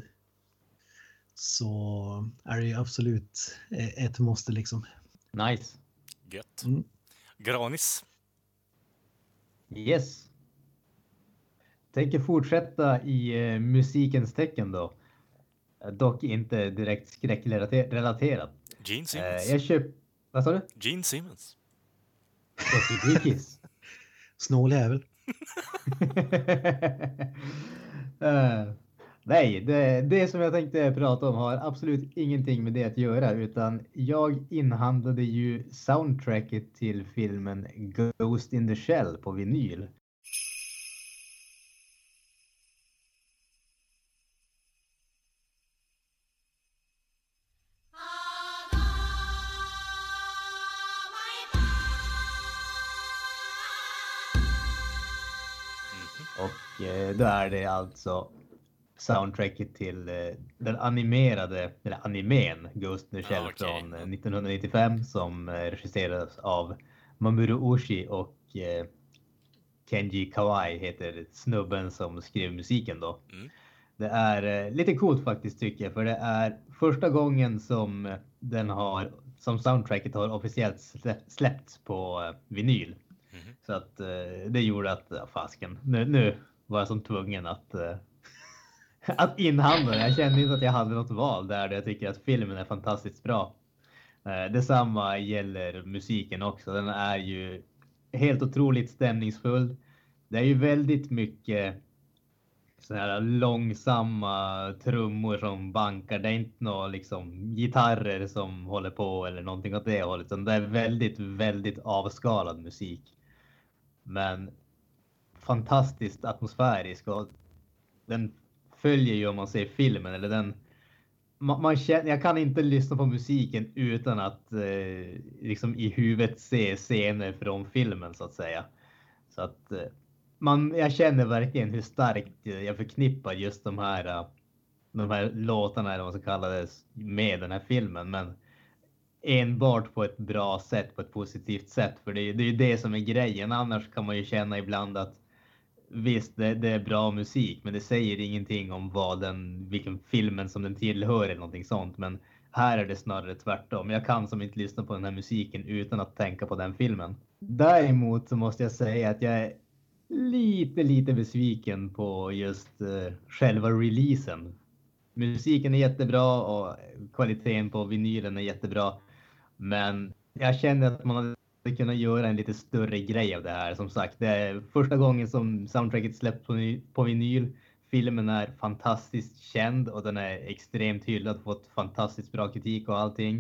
så är det ju absolut ett måste liksom. Nice. Gött. Mm. Granis. Yes. Tänker fortsätta i eh, musikens tecken då. Dock inte direkt skräckrelaterat. Gene Simmons. Eh, jag köp... Vad sa du? Gene Simmons. Dickies. Snål jävel. uh, nej, det, det som jag tänkte prata om har absolut ingenting med det att göra, utan jag inhandlade ju soundtracket till filmen Ghost in the Shell på vinyl. Och eh, då är det alltså soundtracket till eh, den animerade, eller animen Ghost in the Shell ah, okay. från eh, nittonhundranittiofem som eh, regisserades av Mamoru Oshii och eh, Kenji Kawai heter snubben som skrev musiken då. Mm. Det är eh, lite coolt faktiskt tycker jag, för det är första gången som den har, som soundtracket har officiellt slä, släppts på eh, vinyl. Mm. Så att eh, det gjorde att, ja, fasken, nu, nu var jag som tvungen att, eh, att inhandla. Jag kände inte att jag hade något val där. Jag tycker att filmen är fantastiskt bra. Eh, detsamma gäller musiken också. Den är ju helt otroligt stämningsfull. Det är ju väldigt mycket såna här långsamma trummor som bankar. Det är inte några liksom gitarrer som håller på eller någonting åt det hållet. Det är väldigt, väldigt avskalad musik. Men fantastiskt atmosfärisk, och den följer ju, om man ser filmen, eller den man, man känner, jag kan inte lyssna på musiken utan att eh, liksom i huvudet se scener från filmen, så att säga. Så att eh, man, jag känner verkligen hur starkt jag förknippar just de här de här låtarna, eller vad man ska kalla det, med den här filmen, men enbart på ett bra sätt, på ett positivt sätt, för det, det är ju det som är grejen. Annars kan man ju känna ibland att visst, det, det är bra musik, men det säger ingenting om vad den, vilken filmen som den tillhör eller någonting sånt. Men här är det snarare tvärtom. Jag kan som inte lyssna på den här musiken utan att tänka på den filmen. Däremot så måste jag säga att jag är lite, lite besviken på just uh, själva releasen. Musiken är jättebra och kvaliteten på vinylen är jättebra. Men jag känner att man hade kunnat göra en lite större grej av det här. Som sagt, det är första gången som soundtracket släpps på, på vinyl. Filmen är fantastiskt känd och den är extremt hyllad, fått fantastiskt bra kritik och allting.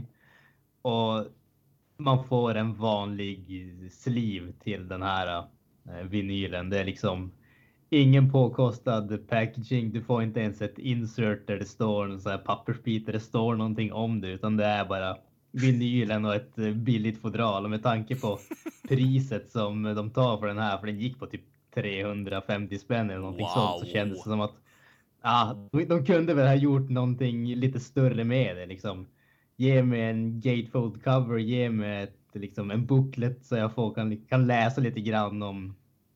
Och man får en vanlig sleeve till den här eh, vinylen. Det är liksom ingen påkostad packaging. Du får inte ens ett insert där det står en sån här pappersbit där det står någonting om det, utan det är bara vinylen och ett billigt fodral. Och med tanke på priset som de tar för den här, för den gick på typ trehundrafemtio spänn eller någonting wow. sånt, så kändes det som att ja, de kunde väl ha gjort någonting lite större med det. Liksom, ge mig en gatefold cover, ge mig ett, liksom, en booklet så jag får, kan, kan läsa lite grann om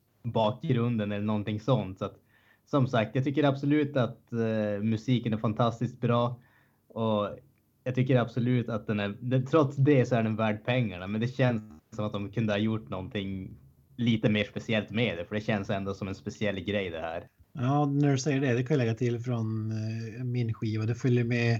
bakgrunden eller någonting sånt. Så att, som sagt, jag tycker absolut att uh, musiken är fantastiskt bra, och jag tycker absolut att den är, det, trots det så är den värd pengarna, men det känns som att de kunde ha gjort någonting lite mer speciellt med det, för det känns ändå som en speciell grej det här. Ja, när du säger det, det kan jag lägga till från uh, min skiva. Det följer med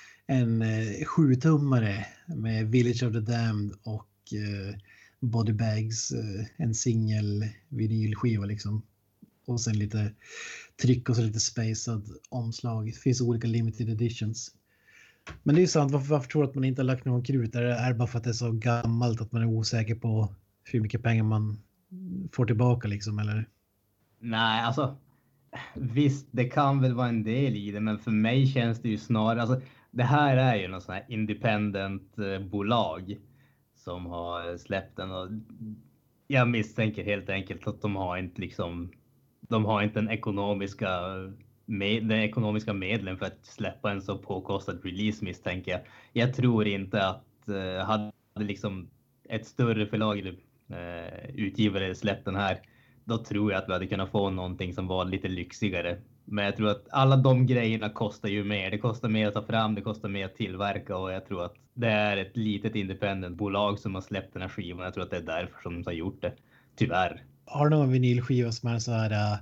en uh, sjutummare med Village of the Damned och uh, Body Bags, uh, en singel vinylskiva liksom. Och sen lite tryck och så lite spacad omslag. Det finns olika limited editions. Men det är sant, varför, varför tror du att man inte har lagt någon krut? Är det är bara för att det är så gammalt att man är osäker på hur mycket pengar man får tillbaka liksom, eller? Nej, alltså visst, det kan väl vara en del i det, men för mig känns det ju snarare, alltså det här är ju någon sån här independent eh, bolag som har släppt den, och jag misstänker helt enkelt att de har inte liksom, de har inte den ekonomiska med den ekonomiska medlen för att släppa en så påkostad release, misstänker jag. Jag tror inte att uh, hade liksom ett större förlag eller uh, utgivare släppt den här, då tror jag att vi hade kunnat få någonting som var lite lyxigare. Men jag tror att alla de grejerna kostar ju mer. Det kostar mer att ta fram, det kostar mer att tillverka, och jag tror att det är ett litet independent bolag som har släppt den här skivan. Jag tror att det är därför som de har gjort det. Tyvärr. Har du någon vinylskiva som är så här uh,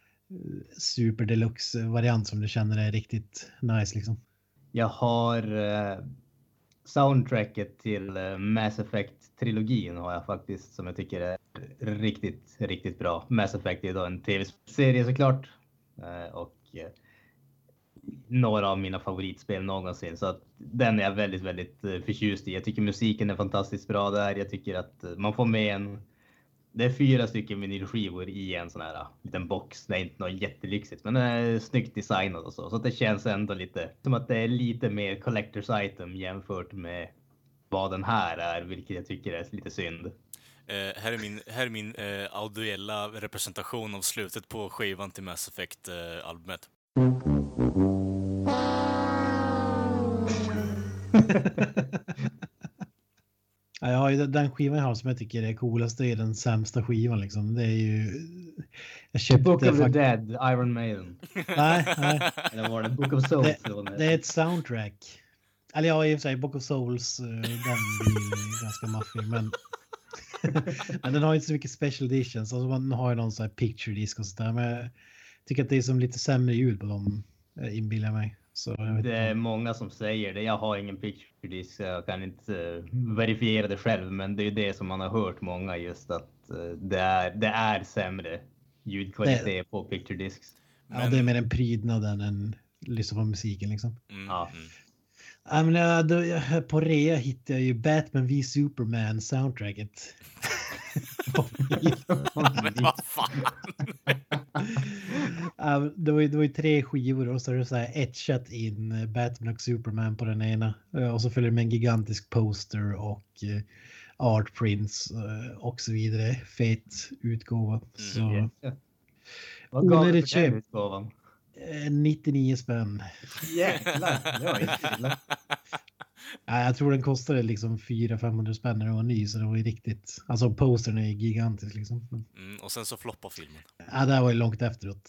super deluxe variant som du känner är riktigt nice liksom? Jag har uh, soundtracket till uh, Mass Effect-trilogin har jag faktiskt, som jag tycker är riktigt, riktigt bra. Mass Effect är då en tv-serie såklart. Uh, och uh, några av mina favoritspel någonsin. Så att den är jag väldigt, väldigt uh, förtjust i. Jag tycker musiken är fantastiskt bra där. Jag tycker att uh, man får med en... Det är fyra stycken vinylskivor i en sån här uh, liten box. Det är inte något jättelyxigt, men den är snyggt designad och så. Så att det känns ändå lite som att det är lite mer collector's item jämfört med vad den här är, vilket jag tycker är lite synd. Uh, här är min, här är min uh, audiella representation av slutet på skivan till Mass Effect-albumet. Ja, jag har ju den skivan jag har som jag tycker är coolast, det är den sämsta skivan liksom. Det är ju... Jag köpte Book of the fakt- Dead, Iron Maiden. Nej, nej. Eller var det Book of Souls? Det, det är ett soundtrack. Eller ja, i och för sig, Book of Souls, den blir ganska maffig, men... men den har inte så mycket special editions. Alltså man har ju någon sån här picture disc och sådär, men jag tycker att det är som lite sämre ljud på dem, inbillar mig. Så jag vet det är inte. många som säger det. Jag har ingen picture disc, jag kan inte uh, verifiera det själv, men det är det som man har hört många, just att uh, det, är, det är sämre ljudkvalitet det. på picture discs. Men... Ja, det är mer en prydnad än en lyssna på musiken liksom. Mm, Ja. mm. Ja, men, ja, då, på rea hittade jag ju Batman v Superman soundtracket. Men vad fan? Ja, det, var ju, det var ju tre skivor och så är det så här etchat in Batman och Superman på den ena. Och så följer det med en gigantisk poster och uh, art prints uh, och så vidare. Fet utgåva. Så... Mm. Vad gav du för den utgåvan? nittionio spänn. Jäklar, det var inte illa. Ja, jag tror den kostade liksom fyra till femhundra spänn när den var ny, så det var ju riktigt. Alltså postern är gigantisk liksom. Mm, och sen så floppar filmen. Ja, det här var ju långt efteråt.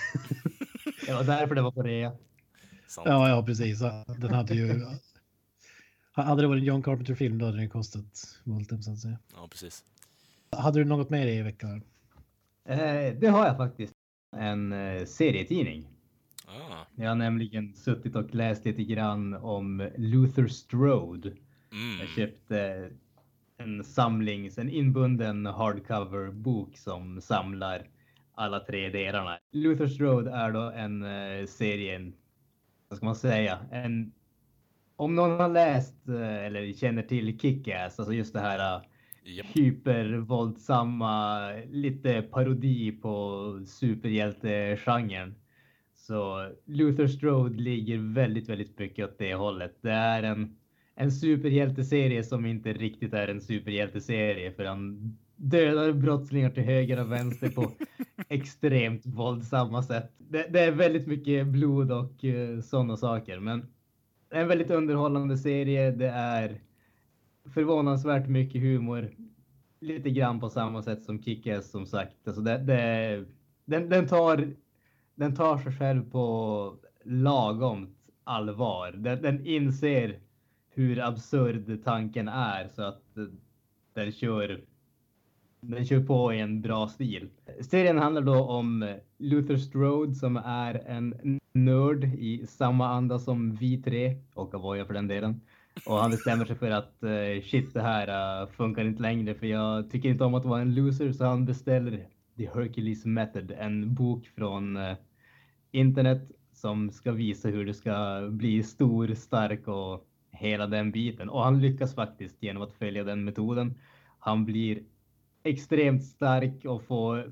Det var därför det var på rea. Sant. Ja, ja, precis. Den hade ju... Hade det varit en John Carpenter-film då hade den kostat multum så att säga. Ja, precis. Hade du något med dig i veckan? Eh, det har jag faktiskt. En eh, serietidning. Ah. Jag har nämligen suttit och läst lite grann om Luther Strode. Mm. Jag köpte en samling, en inbunden hardcover-bok som samlar alla tre delarna. Luther Strode är då en eh, serie, en, vad ska man säga, en, om någon har läst eh, eller känner till Kick-Ass, alltså just det här eh, Yep. hypervåldsamma, lite parodi på superhjältegenren. Så Luther Strode ligger väldigt, väldigt mycket åt det hållet. Det är en, en superhjälteserie som inte riktigt är en superhjälteserie, för han dödar brottslingar till höger och vänster på extremt våldsamma sätt. Det, det är väldigt mycket blod och uh, sådana saker, men en väldigt underhållande serie. Det är förvånansvärt mycket humor. Lite grann på samma sätt som Kick-Ass som sagt. Alltså det, det, den, den, tar, den tar sig själv på lagomt allvar. Den, den inser hur absurd tanken är, så att den kör, den kör på i en bra stil. Serien handlar då om Luther Strode som är en nörd i samma anda som vi tre och Avoya för den delen. Och han bestämmer sig för att uh, shit, det här uh, funkar inte längre, för jag tycker inte om att vara en loser, så han beställer The Hercules Method, en bok från uh, internet som ska visa hur du ska bli stor, stark och hela den biten. Och han lyckas faktiskt genom att följa den metoden. Han blir extremt stark och får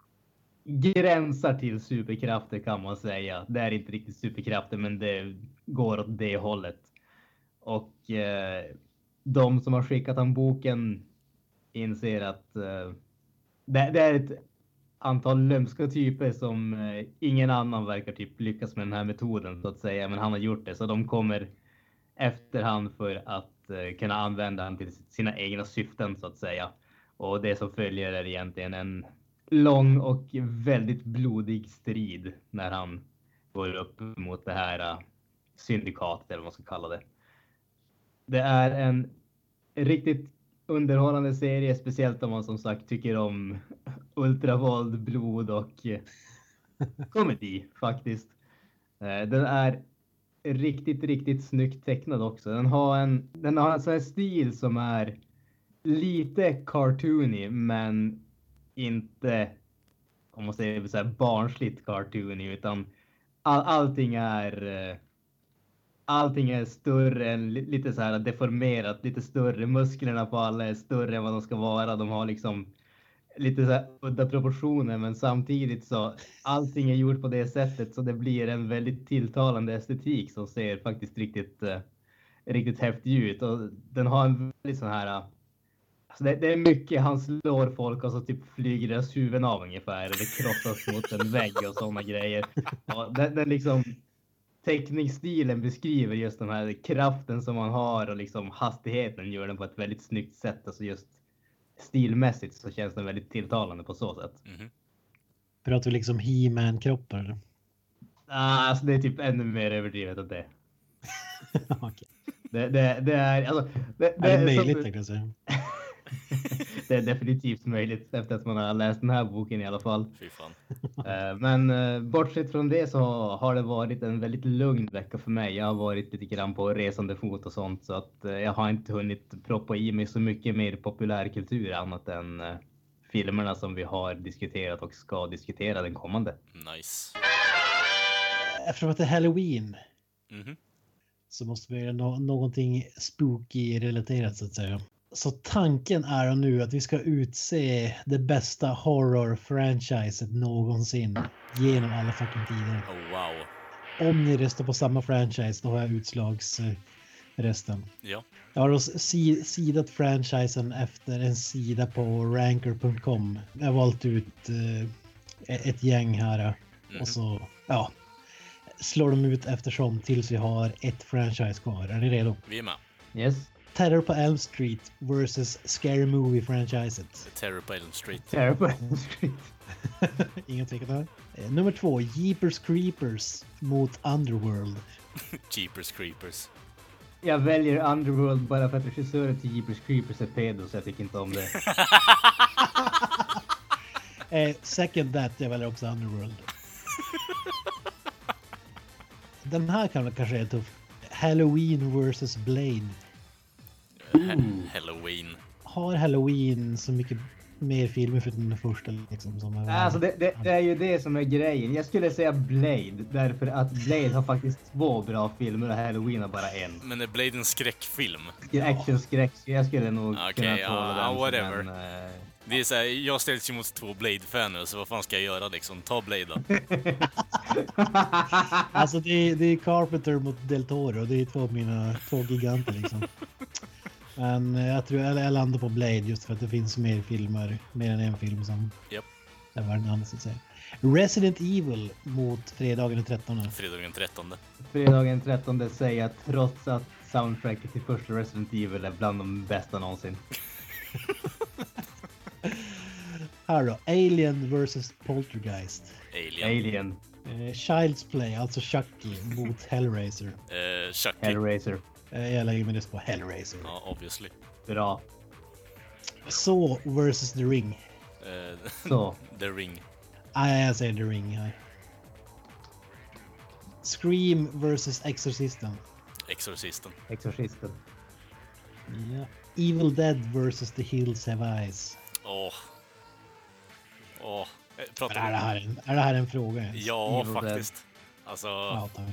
gränsar till superkrafter kan man säga. Det är inte riktigt superkrafter, men det går åt det hållet. Och eh, de som har skickat han boken inser att eh, det, det är ett antal lömska typer som eh, ingen annan verkar typ lyckas med den här metoden så att säga, men han har gjort det, så de kommer efterhand för att eh, kunna använda han till sina egna syften så att säga. Och det som följer är egentligen en lång och väldigt blodig strid när han går upp mot det här uh, syndikatet eller vad man ska kalla det. Det är en riktigt underhållande serie, speciellt om man som sagt tycker om ultravåld, blod och komedi faktiskt. Den är riktigt, riktigt snyggt tecknad också. Den har en, den har en sån här stil som är lite cartoony, men inte, om man säger så här, barnsligt cartoony, utan all, allting är allting är större än, lite så här deformerat, lite större. Musklerna på alla är större än vad de ska vara. De har liksom lite så här udda proportioner, men samtidigt så allting är gjort på det sättet så det blir en väldigt tilltalande estetik som ser faktiskt riktigt uh, riktigt häftig ut. Och den har en väldigt sån här, uh, alltså det, det är mycket, han slår folk och så typ flyger deras huvuden av ungefär, eller krossas mot en vägg och sådana grejer. Och den, den liksom teckningsstilen beskriver just den här kraften som man har, och liksom hastigheten gör den på ett väldigt snyggt sätt. Alltså just stilmässigt så känns den väldigt tilltalande på så sätt. Mm-hmm. Pratar vi liksom He-Man-kroppar eller? Ah, alltså det är typ ännu mer överdrivet än det. Okay. Det, det, det är... Alltså, det, det är möjligt, som, tänkte jag säga. Det är definitivt möjligt efter att man har läst den här boken i alla fall. Fy fan. Men bortsett från det så har det varit en väldigt lugn vecka för mig. Jag har varit lite grann på resande fot och sånt, så att jag har inte hunnit proppa i mig så mycket mer populärkultur annat än filmerna som vi har diskuterat och ska diskutera den kommande. Nice. eftersom att det är Halloween Mhm. så måste vi göra no- någonting spooky-relaterat så att säga. Så tanken är nu att vi ska utse det bästa horror-franchiset någonsin genom alla fucking tider. Oh, wow. Om ni röstar på samma franchise då har jag utslags eh, resten. Ja. Jag har då si- sidat franchisen efter en sida på ranker punkt com. Jag har valt ut eh, ett gäng här Mhm. och så ja, slår de ut eftersom tills vi har ett franchise kvar. Är ni redo? Vi är med. Yes. Terror på Elm Street versus Scary Movie-franchiset. Terror på Elm Street. Terror på Elm Street. Ingen tvekan där. Eh, nummer två, Jeepers Creepers mot Underworld. Jeepers Creepers. Jag väljer Underworld bara för att regissören till Jeepers Creepers är pedo, så jag tycker inte om det. Eh, second that, jag väljer också Underworld. Den här kan kanske är tuff. Halloween versus Blade. Ha- Halloween. Har Halloween så mycket mer filmer för den första liksom som är Alltså det, det, det är ju det som är grejen. Jag skulle säga Blade, därför att Blade har faktiskt två bra filmer och Halloween har bara en. Men är Blade en skräckfilm? Action-skräck, jag skulle nog Okej, kunna ja, tåla den. whatever. Men, eh, Det är så här, jag ställs ju mot två Blade-fan nu, så vad fan ska jag göra liksom? Ta Blade då. Alltså det är, det är Carpenter mot Del Toro. Det är två av mina två giganter liksom. Men eh, jag tror jag, jag landar på Blade just för att det finns mer filmer, mer än en film som Japp. är värd namn så att säga. Resident Evil mot fredagen den trettonde. Fredagen den trettonde. Fredagen trettonde säger jag, trots att soundtracket till första Resident Evil är bland de bästa någonsin. Här då, Alien versus Poltergeist. Alien. Alien, Eh, Child's Play, alltså Chucky mot Hellraiser. Eh, Chucky. Hellraiser, Eh, jag lägger mig det på Hellraiser. Ja, obviously. bra. Så versus The Ring. Eh, Så, The Ring. Nej, jag säger The Ring. Nej. Scream versus Exorcisten. Exorcisten. Exorcisten. Ja. Evil Dead versus The Hills Have Eyes. Åh. Åh. Eh, Pratar Är det här en, är det här en fråga ens? Ja, Evil faktiskt. Alltså, Ja, tack.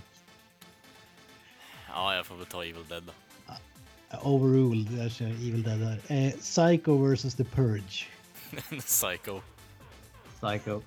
ja, jag får väl ta Evil Dead då. Overruled, jag kör Evil Dead här. Eh, Psycho versus The Purge. Psycho. Psycho.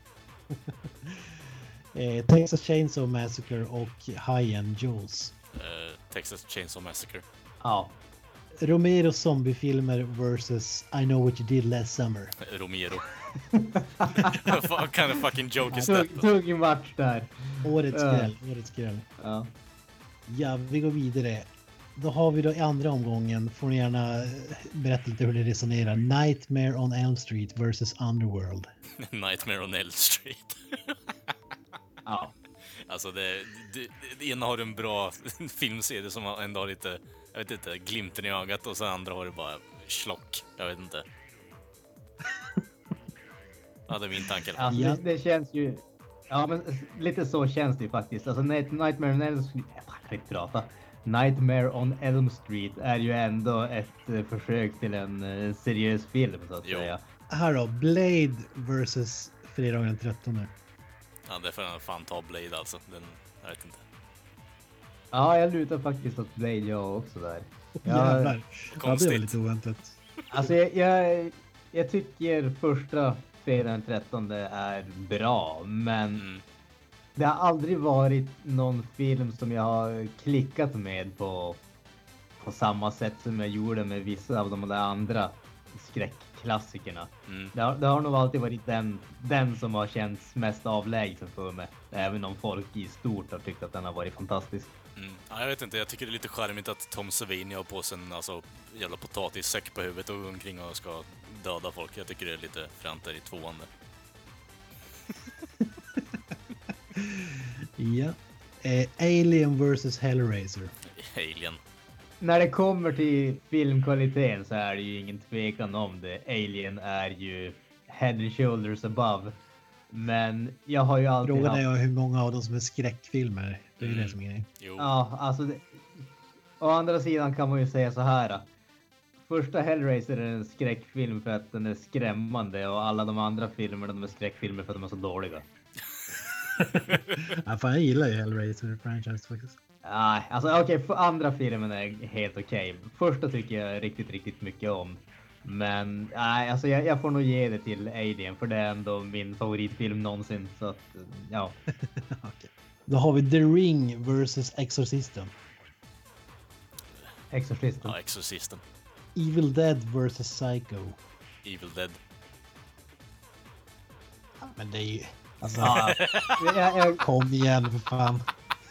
Eh, Texas Chainsaw Massacre och High End Jaws. Eh, Texas Chainsaw Massacre. Ja, Romero zombiefilmer versus I Know What You Did Last Summer. Eh, Romero. What kind of fucking joke is that? tog, tog en match där. Årets Ja. skräll, årets skräll. Ja. Ja, vi går vidare. Då har vi då i andra omgången, får ni gärna eh, berätta lite hur ni resonerar. Nightmare on Elm Street versus Underworld. Nightmare on Elm Street. Ja. Alltså det, det, det ena har en bra filmserie som ändå har lite, jag vet inte, glimten i ögat, och sen andra har det bara schlock. Jag vet inte. Ja, det är min tanke. Alltså, Ja. det, det känns ju... Ja, men lite så känns det ju faktiskt. Alltså, Night- Nightmare on Elm Street... Jag kan inte prata. Nightmare on Elm Street är ju ändå ett eh, försök till en eh, seriös film, så att Jo. säga. Här då, Blade versus fredagen den trettonde. Ja, det får jag fan ta Blade alltså. Den, jag vet inte. Ja, jag lutar faktiskt åt Blade jag också där. Ja, Jävlar. Ja, det var Konstigt. lite oväntat. alltså, jag, jag, jag tycker första fredagen den trettonde är bra, men Mm. det har aldrig varit någon film som jag har klickat med på, på samma sätt som jag gjorde med vissa av de där andra skräckklassikerna. Mm. Det har, det har nog alltid varit den, den som har känts mest avlägsen för mig. Även om folk i stort har tyckt att den har varit fantastisk. Mm. Ja, jag vet inte, jag tycker det är lite charmigt att Tom Savini har på sig en alltså, jävla potatissäck på huvudet och går omkring och ska döda folk. Jag tycker det är lite fränt där i tvåan där. Ja. Eh, Alien versus Hellraiser. Alien. När det kommer till filmkvaliteten så är det ju ingen tvekan om det. Alien är ju head and shoulders above. Men jag har ju alltid Frågan haft... är hur många av dem som är skräckfilmer. Det är ju Mm. det som är grejen. Jo. Ja, alltså... Det... Å andra sidan kan man ju säga så här. Första Hellraiser är en skräckfilm för att den är skrämmande och alla de andra filmerna de är skräckfilmer för att de är så dåliga. Ja, fan, jag gillar ju Hellraiser-franchise faktiskt. Nej, alltså okej, okay, för andra filmen är helt okej. Okay. Första tycker jag riktigt, riktigt mycket om. Men nej, alltså jag, jag får nog ge det till Alien, för det är ändå min favoritfilm någonsin. Så att, ja. Okay. Då har vi The Ring versus Exorcisten. Exorcisten. Ja, Exorcisten. Evil Dead versus Psycho. Evil Dead. Men det är ju... Alltså, Ja, jag, jag, kom igen för fan.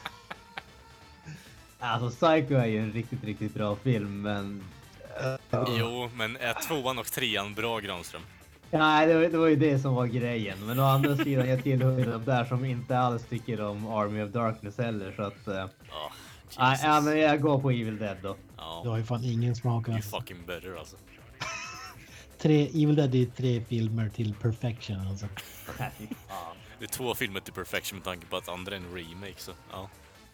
Alltså Psycho är ju en riktigt, riktigt bra film, men... Uh, jo, men är tvåan och trean bra, Granström? Nej, det, var, det var ju det som var grejen. Men å andra sidan, jag tillhör de där som inte alls tycker om Army of Darkness heller, så att... Uh, oh, nej, ja, men jag går på Evil Dead då. Oh. Du har ju fan ingen smak. You fucking better, alltså. tre, Evil Dead är tre filmer till perfection, alltså. Det är två filmer till perfection med tanke på att andra är en remake, så ja.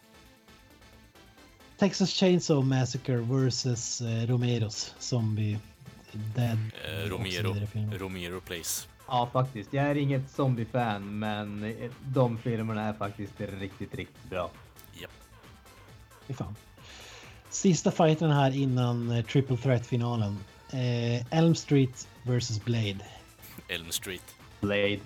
Texas Chainsaw Massacre versus eh, Romeros Zombie Dead. Eh, Romero, Romero Place. Ja, faktiskt. Jag är inget zombie-fan, men de filmerna är faktiskt riktigt, riktigt bra. Japp. Fy fan. Sista fighten här innan eh, Triple Threat-finalen. Eh, Elm Street versus Blade. Elm Street. Blade.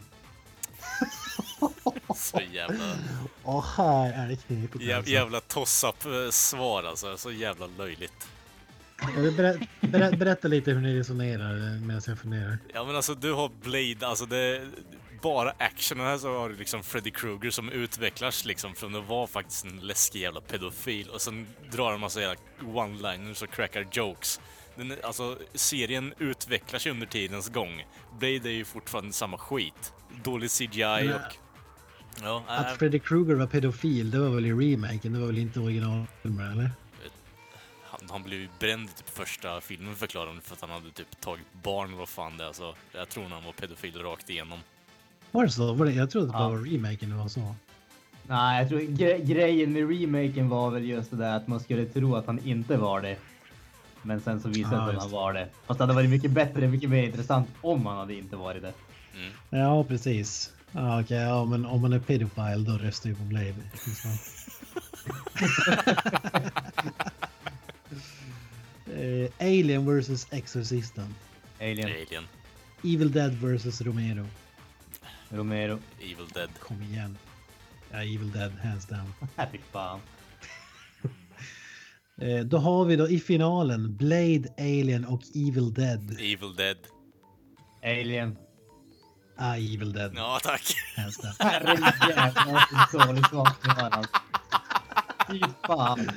Så jävla... Och här är det knep. Jävla, jävla toss-up-svar alltså. Så jävla löjligt. Ber ber berätta lite hur ni resonerar medan jag funderar. Ja, men alltså du har Blade, alltså det är bara action. Och här så har du liksom Freddy Krueger som utvecklas liksom från att vara faktiskt en läskig jävla pedofil. Och sen drar en massa jävla one-liners och crackar jokes. Den, alltså serien utvecklas ju under tidens gång. Blade är ju fortfarande samma skit. Dålig C G I och... Ja, att äh... Freddy Krueger var pedofil, det var väl i remaken, det var väl inte originalfilmer, eller? Han, han blev ju bränd i typ första filmen, förklarade han, för att han hade typ tagit barn, vad fan det är. Alltså, jag tror han var pedofil rakt igenom. Var det så? Var det? Jag trodde att det ja. var remaken det var så. Nej, jag tror gre grejen med remaken var väl just det där att man skulle tro att han inte var det. Men sen så visade ah, att han var det. Fast det hade varit mycket bättre, mycket mer intressant om han hade inte varit det. Mm. Ja, precis. Ja, okej, okay, ja, men om man är pedofil då röstar ju på Blade. uh, Alien versus Exorcisten. Alien. Alien. Evil Dead versus Romero. Romero. Evil Dead. Kom igen. Ja, Evil Dead, hands down. Happy fan. uh, då har vi då i finalen Blade, Alien och Evil Dead. Evil Dead. Alien. Ah, Evil Dead. Ja, tack. Herregud, så dåligt svar. Fy fan.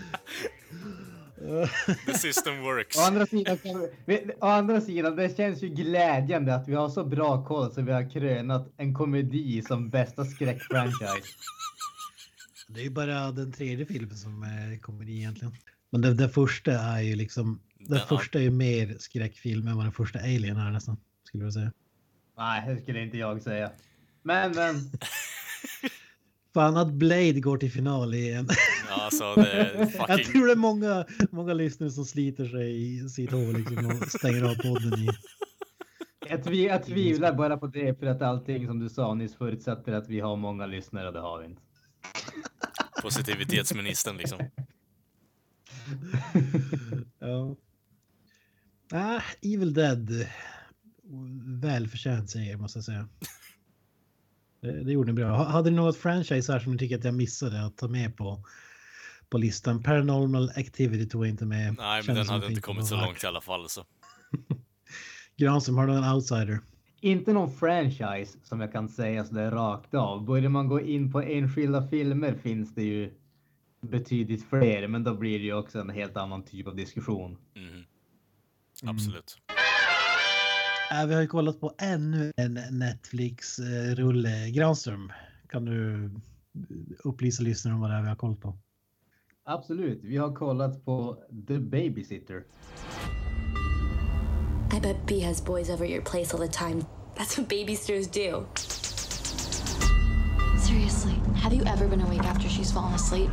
The system works. Å andra sidan, å andra sidan, det känns ju glädjande att vi har så bra koll så vi har krönat en komedi som bästa skräckfranchise. Det är ju bara den tredje filmen som är komedi egentligen. Men den, den första är ju liksom, den, den första är ju mer skräckfilm än vad den första Alien är nästan, skulle jag säga. Nej, det skulle inte jag säga. Men, men. Fan att Blade går till final igen. Ja, alltså, det är fucking... Jag tror det är många, många lyssnare som sliter sig i sitt hår liksom och stänger av podden i. Jag, tv jag tvivlar bara på det för att allting som du sa nyss förutsätter att vi har många lyssnare och det har vi inte. Positivitetsministern liksom. Ja. Ah, Evil Dead. Välförtjänt säger jag, måste jag säga. Det, det gjorde ni bra. Hade ni något franchise här som ni tycker att jag missade att ta med på, på listan? Paranormal Activity tog jag inte med. Nej, men den hade inte kommit så långt i alla fall. Så. Granström, har du en outsider? Inte någon franchise som jag kan säga så det är rakt av. Börjar man gå in på enskilda filmer finns det ju betydligt fler. Men då blir det ju också en helt annan typ av diskussion. Mm. Absolut. Mm. Vi har ju kollat på ännu en Netflix-rulle. Granström, kan du upplysa lyssnarna om vad det är vi har kollat på? Absolut, vi har kollat på The Babysitter. I bet B has boys over at your place all the time. That's what babysitters do. Seriously, have you ever been awake after she's fallen asleep?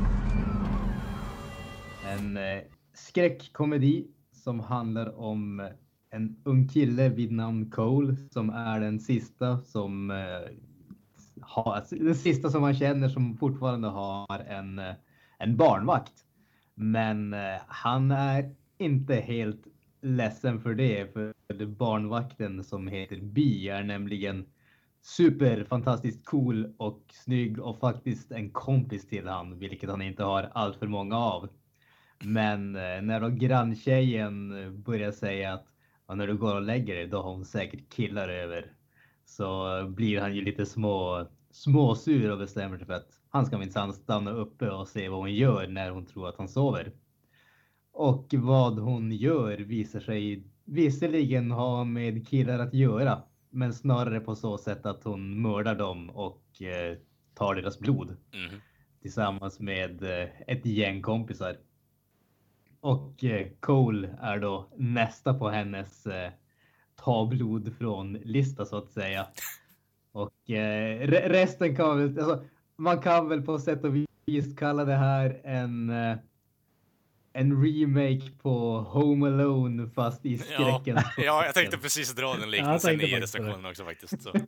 En eh, skräckkomedi som handlar om en ung kille vid namn Cole som är den sista som eh, har, den sista som man känner som fortfarande har en, en barnvakt. Men han är inte helt ledsen för det, för barnvakten som heter Bee är nämligen super fantastiskt cool och snygg och faktiskt en kompis till han, vilket han inte har allt för många av. Men när då granntjejen börjar säga att när du går och lägger dig, då har hon säkert killar över, så blir han ju lite små småsur och bestämmer sig för att han ska minsann stanna uppe och se vad hon gör när hon tror att han sover. Och vad hon gör visar sig visserligen ha med killar att göra, men snarare på så sätt att hon mördar dem och eh, tar deras blod. Mm. Tillsammans med eh, ett gäng kompisar. Och eh, Cole är då nästa på hennes eh, ta blod från lista så att säga. Och eh, re- resten kan väl, alltså, man kan väl på sätt och vis kalla det här en eh, en remake på Home Alone fast i skräcken. Ja, ja jag tänkte precis dra den liknelsen i recensionen också faktiskt. Så.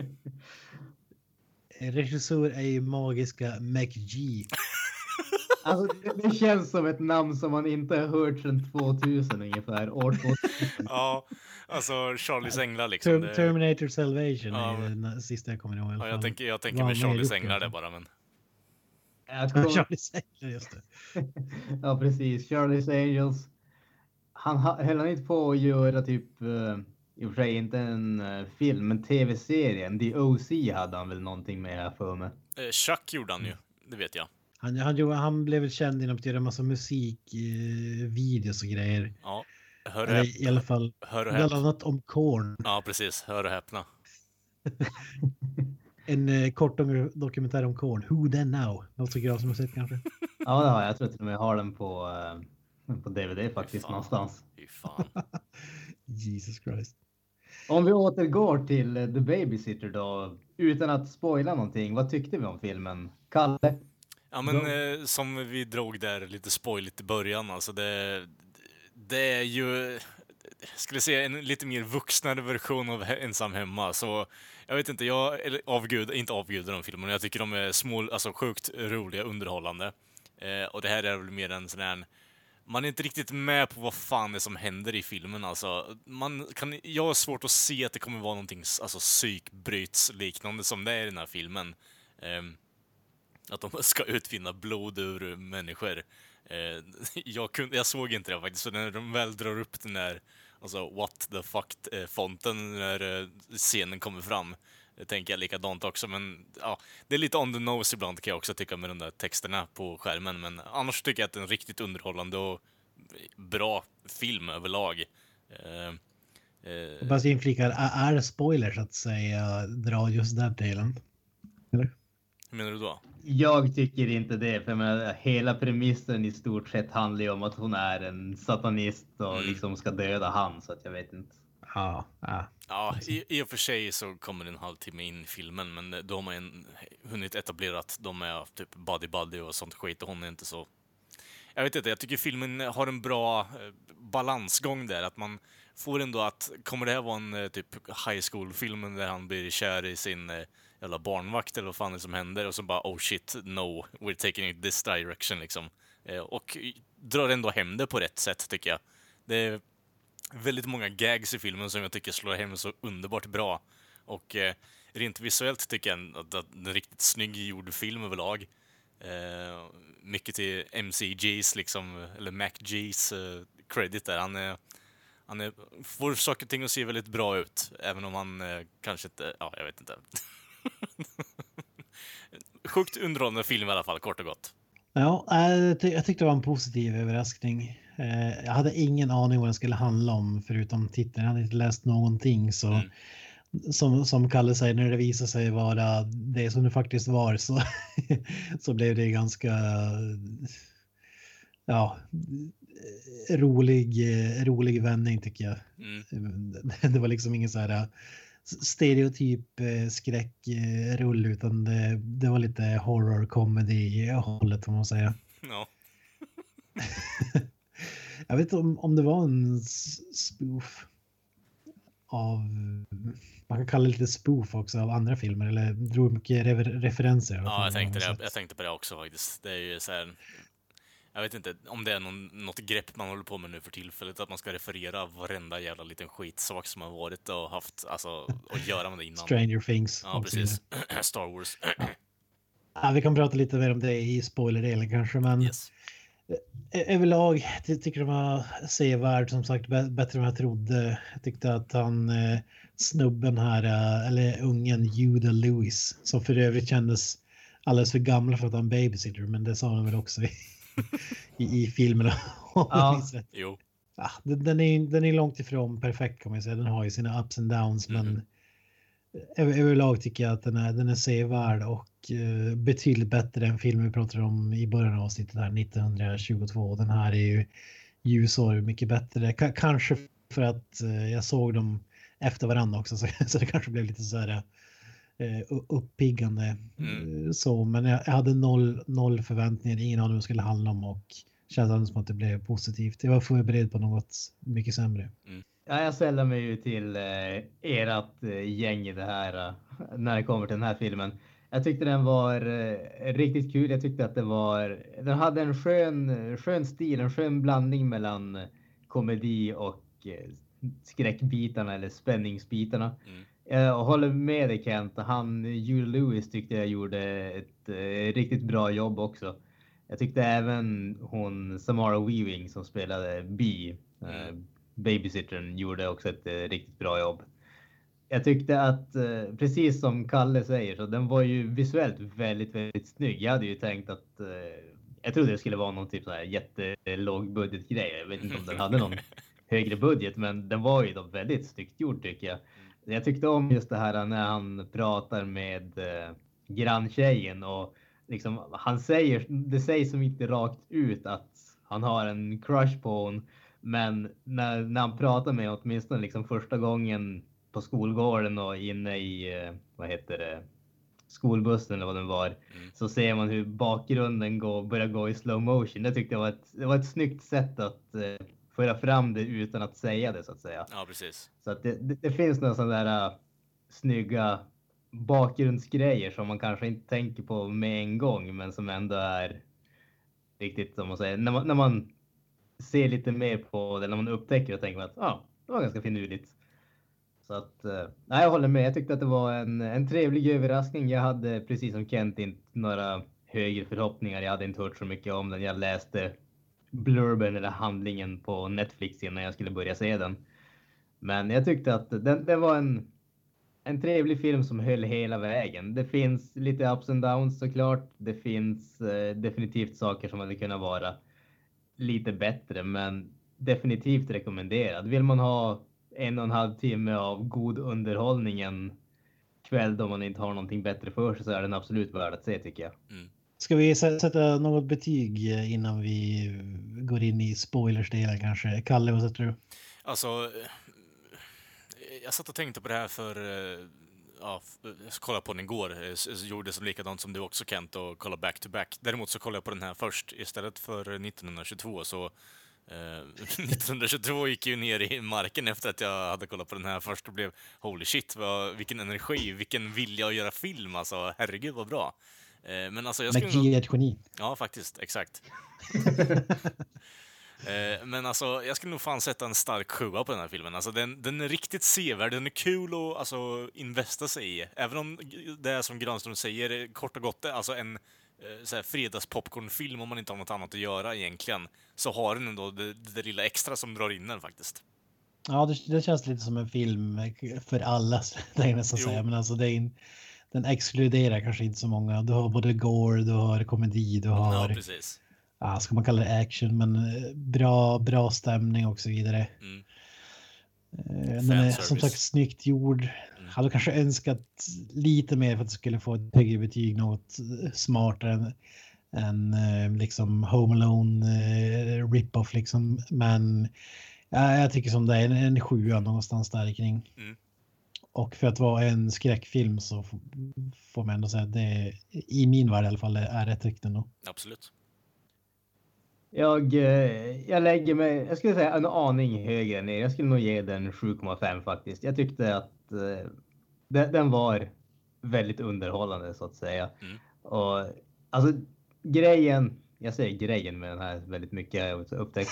Regissör är ju magiska McG. Alltså, det, det känns som ett namn som man inte har hört sedan tvåtusen ungefär. År tvåtusen. Ja, alltså Charlies änglar liksom. Term- det... Terminator Salvation ja, är den sista jag kommer ihåg. Ja, jag tänker, jag tänker med Charlies änglar det bara, men... Kom... Charlies änglar, just det. Ja, precis. Charlie's Angels. Han höll han inte på att göra typ, uh, i och för sig inte en uh, film, men tv-serien. The O C hade han väl någonting med här för mig. Eh, Chuck gjorde han ju, det vet jag. Han, han, han blev väl känd inom att göra en massa musik, eh, videos och grejer. Ja, hör Eller, i alla fall, hör bland annat om Korn. Ja, precis. Hör och häpna. En eh, kort dokumentär om Korn. Who Then Now? Något så gravt som har sett kanske. Ja, det har jag. Jag tror att jag har den på, uh, på D V D faktiskt någonstans. Fy fan. Jesus Christ. Om vi återgår till uh, The Babysitter då, utan att spoila någonting. Vad tyckte vi om filmen? Kalle? Ja, men eh, som vi drog där lite spoiligt i början, alltså det, det är ju, skulle säga, en lite mer vuxnare version av Ensam hemma, så jag vet inte, jag eller avgud, inte avgudar de filmerna, jag tycker de är små, alltså sjukt roliga, underhållande. Eh, och det här är väl mer en sån här, man är inte riktigt med på vad fan det är som händer i filmen, alltså. Man kan, jag har svårt att se att det kommer vara någonting, alltså psykbrytsliknande som det är i den här filmen. Eh, Att de ska utvinna blod ur människor. Eh, jag, kunde, jag såg inte det faktiskt, så när de väl drar upp den där, alltså what the fuck-fonten när eh, scenen kommer fram, det tänker jag likadant också. Men ja, det är lite on the nose ibland kan jag också tycka med de där texterna på skärmen. Men annars tycker jag att det är en riktigt underhållande och bra film överlag. Eh, eh. Bara inflikar, är det spoilers att säga dra just den delen? Eller? Hur menar du då? Jag tycker inte det, för jag menar, hela premissen i stort sett handlar ju om att hon är en satanist och mm. liksom ska döda han, så att jag vet inte. Ja, ja. ja i, i och för sig så kommer det en halvtimme in i filmen, men då har man ju hunnit etablera att de är typ buddy-buddy och sånt skit, och hon är inte så... Jag vet inte, jag tycker filmen har en bra eh, balansgång där, att man får ändå att, kommer det här vara en eh, typ high school-film där han blir kär i sin... Eh, eller barnvakt eller vad fan det som händer, och så bara oh shit, no, we're taking it this direction liksom. Eh, och drar ändå hem det på rätt sätt, tycker jag. Det är väldigt många gags i filmen som jag tycker slår hem så underbart bra. Och eh, rent visuellt tycker jag att det är en riktigt snygg gjord film överlag. Eh, mycket till M C G's liksom, eller Mac G's eh, credit där. Han är Han är, får saker och ting att se väldigt bra ut, även om han eh, kanske inte, ja, jag vet inte. Sjukt underhållande film i alla fall, kort och gott. Ja, jag, ty- jag tyckte det var en positiv överraskning. Eh, jag hade ingen aning vad den skulle handla om förutom titeln. Jag hade inte läst någonting, så mm. som, som Kalle säger, när det visade sig vara det som det faktiskt var, så, så blev det ganska ja, rolig, rolig vändning tycker jag. Mm. Det var liksom ingen så här stereotyp skräckrull, utan det, det var lite horror comedy hållet, får man säga. No. Jag vet inte om, om det var en spoof. av, man kan kalla det lite spoof också av andra filmer, eller drog mycket rever- referenser. Ja, jag tänkte, det, jag tänkte på det också faktiskt. Det är ju så här, jag vet inte om det är någon, något grepp man håller på med nu för tillfället, att man ska referera varenda jävla liten skitsak som har varit och haft, alltså, att göra med det innan. Stranger Things. Ja, precis. Star Wars. Ja, vi kan prata lite mer om det i spoilerdelen kanske, men Yes. överlag jag tycker de var sevärd, som sagt, bättre än jag trodde. Jag tyckte att han, eh, snubben här, eh, eller ungen Judah Lewis, som för övrigt kändes alldeles för gamla för att ha en babysitter, men det sa de väl också i, i, i filmerna. Ja. Jo. Ja, den, den, är, den är långt ifrån perfekt kan man säga. Den har ju sina ups and downs, mm. men över, överlag tycker jag att den är, den är sevärd och uh, betydligt bättre än filmen vi pratade om i början av avsnittet här, nittonhundratjugotvå. Den här är ju ljusår mycket bättre. K- kanske för att uh, jag såg dem efter varandra också, så, så det kanske blev lite så här uh, uppiggande. Mm. Uh, så, men jag, jag hade noll, noll förväntningar, ingen aning vad det skulle handla om, och kändes som att det blev positivt. Jag var förberedd på något mycket sämre. Mm. Ja, jag sällar mig ju till eh, ert eh, gäng i det här eh, när det kommer till den här filmen. Jag tyckte den var eh, riktigt kul. Jag tyckte att det var, den hade en skön, skön stil, en skön blandning mellan eh, komedi och eh, skräckbitarna eller spänningsbitarna. Mm. Jag håller med dig, Kent. Han, Julie Lewis, tyckte jag gjorde ett eh, riktigt bra jobb också. Jag tyckte även hon Samara Weaving som spelade Bee, mm. eh, babysittern, gjorde också ett eh, riktigt bra jobb. Jag tyckte att, eh, precis som Kalle säger, så den var ju visuellt väldigt, väldigt snygg. Jag hade ju tänkt att, eh, jag trodde det skulle vara någon typ sån här jättelåg budgetgrej. Jag vet inte om den hade någon högre budget, men den var ju då väldigt snyggt gjord tycker jag. Jag tyckte om just det här när han pratar med eh, granntjejen och liksom, han säger, det sägs som inte rakt ut att han har en crush på hon, men när, när han pratar med åtminstone liksom första gången på skolgården och inne i, vad heter det, skolbussen eller vad den var, mm. så ser man hur bakgrunden går, börjar gå i slow motion. Det tyckte jag var ett, det var ett snyggt sätt att eh, föra fram det utan att säga det så att säga. Ja, precis. Så att det, det, det finns några sådana där uh, snygga bakgrundsgrejer som man kanske inte tänker på med en gång, men som ändå är riktigt, som man säger, när man, när man ser lite mer på det, när man upptäcker och tänker att ja, ah, det var ganska finurligt. Så att, eh, nej, jag håller med. Jag tyckte att det var en, en trevlig överraskning. Jag hade, precis som Kent, inte några högre förhoppningar. Jag hade inte hört så mycket om den. Jag läste blurben eller handlingen på Netflix innan jag skulle börja se den. Men jag tyckte att den, den var en En trevlig film som höll hela vägen. Det finns lite ups and downs såklart. Det finns eh, definitivt saker som hade kunnat vara lite bättre, men definitivt rekommenderad. Vill man ha en och en halv timme av god underhållning en kväll då man inte har någonting bättre för sig, så är den absolut värd att se tycker jag. Mm. Ska vi sätta något betyg innan vi går in i spoilersdelen kanske? Kalle, vad sätter du? Alltså, jag satt och tänkte på det här för, ja, jag kollade på den igår, jag gjorde så likadant som du också, Kent, och kollade back to back. Däremot så kollade jag på den här först istället för nittonhundratjugotvå, så eh, nittonhundratjugotvå gick ju ner i marken efter att jag hade kollat på den här först och blev holy shit, vad, vilken energi, vilken vilja att göra film, alltså herregud vad bra. Eh, men alltså jag skulle McGee är ett geni. Ja, faktiskt, exakt. Men alltså, jag skulle nog fan sätta en stark sjua på den här filmen. Alltså, den, den är riktigt sevärd, den är kul att alltså, investa sig i. Även om det är som Granström säger, kort och gott, alltså en så här, fredagspopcornfilm om man inte har något annat att göra egentligen, så har den ändå det, det lilla extra som drar in den faktiskt. Ja, det, det känns lite som en film för alla, det är nästan säga. Men alltså, det är en, den exkluderar kanske inte så många. Du har både gore, du har komedi, du har... Ja, precis. Ja, ska man kalla det action, men bra, bra stämning och så vidare. Mm. Den är som sagt snyggt gjord. Mm. Hade kanske önskat lite mer för att det skulle få ett högre betyg, något smartare än, än liksom Home Alone uh, rip-off liksom. Men ja, jag tycker som det är en, en sjua någonstans där kring. Mm. Och för att vara en skräckfilm så f- får man ändå säga att det i min värld i alla fall är rätt riktigt ändå. Absolut. Jag, eh, jag lägger mig, jag skulle säga en aning högre ner. Jag skulle nog ge den sju komma fem faktiskt. Jag tyckte att eh, den, den var väldigt underhållande så att säga. Mm. Och alltså grejen, jag säger grejen med den här väldigt mycket har jag upptäckt.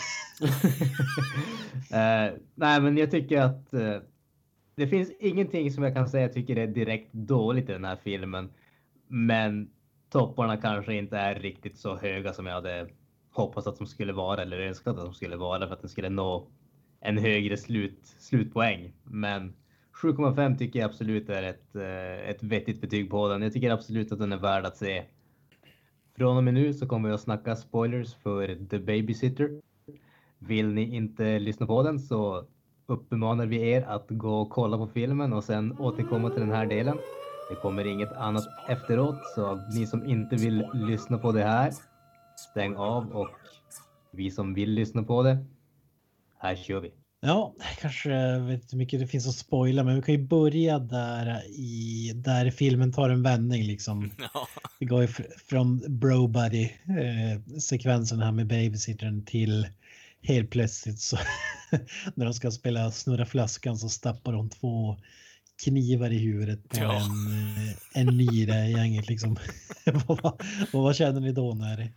uh, nej men jag tycker att uh, det finns ingenting som jag kan säga jag tycker är direkt dåligt i den här filmen. Men topparna kanske inte är riktigt så höga som jag hade hoppats att de skulle vara eller önskat att de skulle vara för att den skulle nå en högre slut, slutpoäng. Men sju komma fem tycker jag absolut är ett, ett vettigt betyg på den. Jag tycker absolut att den är värd att se. Från och med nu så kommer vi att snacka spoilers för The Babysitter. Vill ni inte lyssna på den så uppmanar vi er att gå och kolla på filmen och sen återkomma till den här delen. Det kommer inget annat efteråt, så ni som inte vill lyssna på det här, stäng av, och vi som vill lyssna på det, här kör vi. Ja, kanske vet inte hur mycket det finns att spoila, men vi kan ju börja där i där filmen tar en vändning liksom. Ja. Vi går ju fr- från bro buddy eh, sekvensen här med babysittern till helt plötsligt så när de ska spela snurra flaskan så stappar de två knivar i huvudet på Ja. en, en nyre i gänget liksom. och, vad, och vad känner ni då när eh,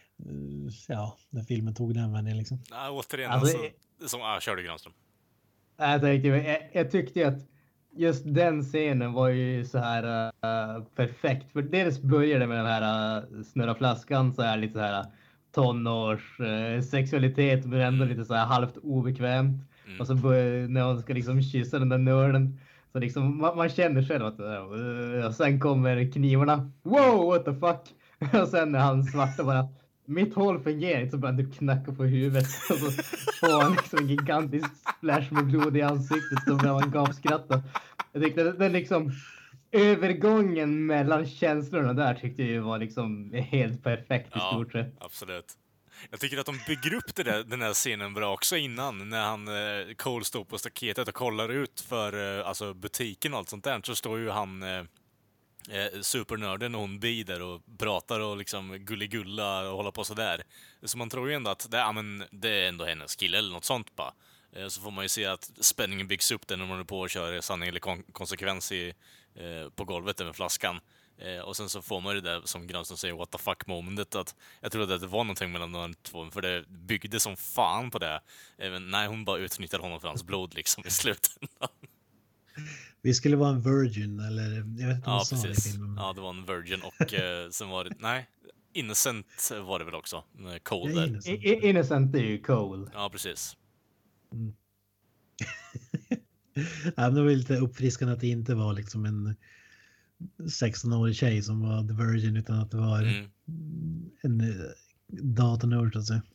ja, när filmen tog den vändningen liksom? Ja, återigen, Alltså, alltså, som, ah, kör du Granström. Jag, tänkte, jag, jag tyckte att just den scenen var ju så här uh, perfekt. För dels började med den här uh, snurra flaskan, så här lite så här tonårs uh, sexualitet, men ändå lite så här halvt obekvämt. Mm. Och så börjar, när hon ska liksom kyssa den där nörden, så liksom man, man känner själv att uh, och sen kommer knivarna. Wow, what the fuck? Och sen när han svarta bara, mitt hål fungerar inte, så börjar du knacka på huvudet och så får han liksom en gigantisk splash med blod i ansiktet, så börjar man gapskratta. Jag tyckte den, den liksom övergången mellan känslorna där tyckte jag var liksom helt perfekt i Ja, stort sett. absolut. Jag tycker att de bygger upp det där, den här scenen bra också innan, när han eh, Cole står på staketet och kollar ut för eh, alltså butiken och allt sånt där, så står ju han eh, eh, supernörden och hon Bi där och pratar och liksom gulligulla och håller på sådär. Så man tror ju ändå att det, ja, men det är ändå hennes kille eller något sånt bara. Eh, så får man ju se att spänningen byggs upp där när man är på och kör sanning eller kon- konsekvens i, eh, på golvet över flaskan. Eh, och sen så får man det där som Granström säger, what the fuck momentet, att jag trodde att det var någonting mellan de två, för det byggde som fan på det. Även, nej, hon bara utnyttjade honom för hans blod liksom i slutändan. Vi skulle vara en virgin, eller jag vet inte vad Ja, sa det i precis. filmen. Ja, det var en virgin och eh, sen var det, nej, Innocent var det väl också, med Cole Ja, där. Innocent. I, i, innocent är ju Cole. Ja, precis. Ja, men det var lite uppfriskande att det inte var liksom en sexton-årig tjej som var the virgin, utan att det var Mm. en eh, datanörd så att säga.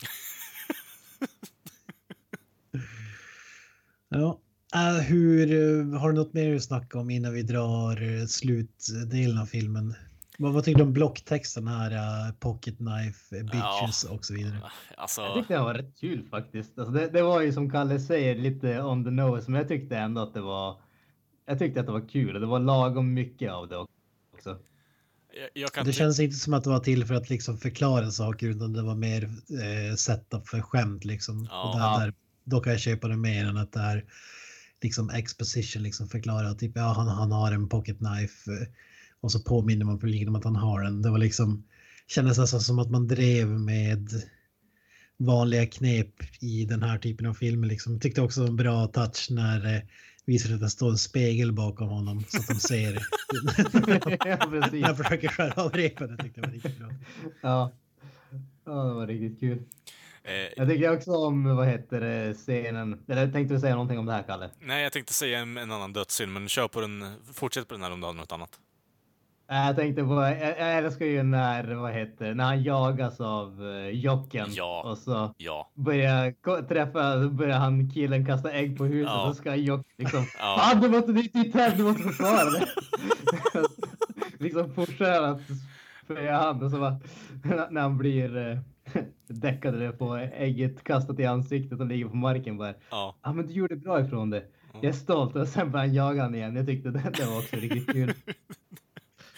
Ja, äh, hur eh, har du något mer att snacka om innan vi drar eh, slutdelen av filmen? Vad, vad tycker du om blocktexten här, uh, pocket knife, eh, bitches och så vidare? Alltså, Jag tyckte det var rätt kul faktiskt. Alltså det, det var ju som Kalle säger lite on the nose, men jag tyckte ändå att det var, jag tyckte att det var kul och det var lagom mycket av det också. jag, jag kan Det ty- känns inte som att det var till för att liksom förklara saker, utan det var mer eh, setup för skämt liksom. Ja. Och där, där, då kan jag köpa det mer än att det är liksom exposition, liksom förklara typ ja, han, han har en pocket knife eh, och så påminner man publiken om att han har en. Det var liksom, kändes nästan som att man drev med vanliga knep i den här typen av filmer liksom. Jag tyckte också en bra touch när eh, visar att det står en spegel bakom honom så att de ser Ja, precis. jag försöker skära av repen. Jag tyckte det var riktigt bra. Ja. Ja, det var riktigt kul. eh, Jag tycker också om, vad heter det, scenen. Eller tänkte du säga någonting om det här, Kalle? nej, jag tänkte säga en, en annan dödssyn, men kör på den, fortsätt på den här om du har något annat. Jag tänkte på, jag, jag älskar ju när, vad heter det, när han jagas av uh, jocken. Ja. Och så Ja. börjar ko- träffa, så börjar han killen kasta ägg på huset, Ja. och så ska jock liksom, Ja. ah, du måste, det är ditt hem, du måste försvara det. Liksom fortsätter att spöa han, och så bara, när han blir uh, däckad på ägget kastat i ansiktet och ligger på marken bara, Ja. ah, men du gjorde bra ifrån det. Jag är stolt. Och sen började han jaga han igen. Jag tyckte det, det var också riktigt kul.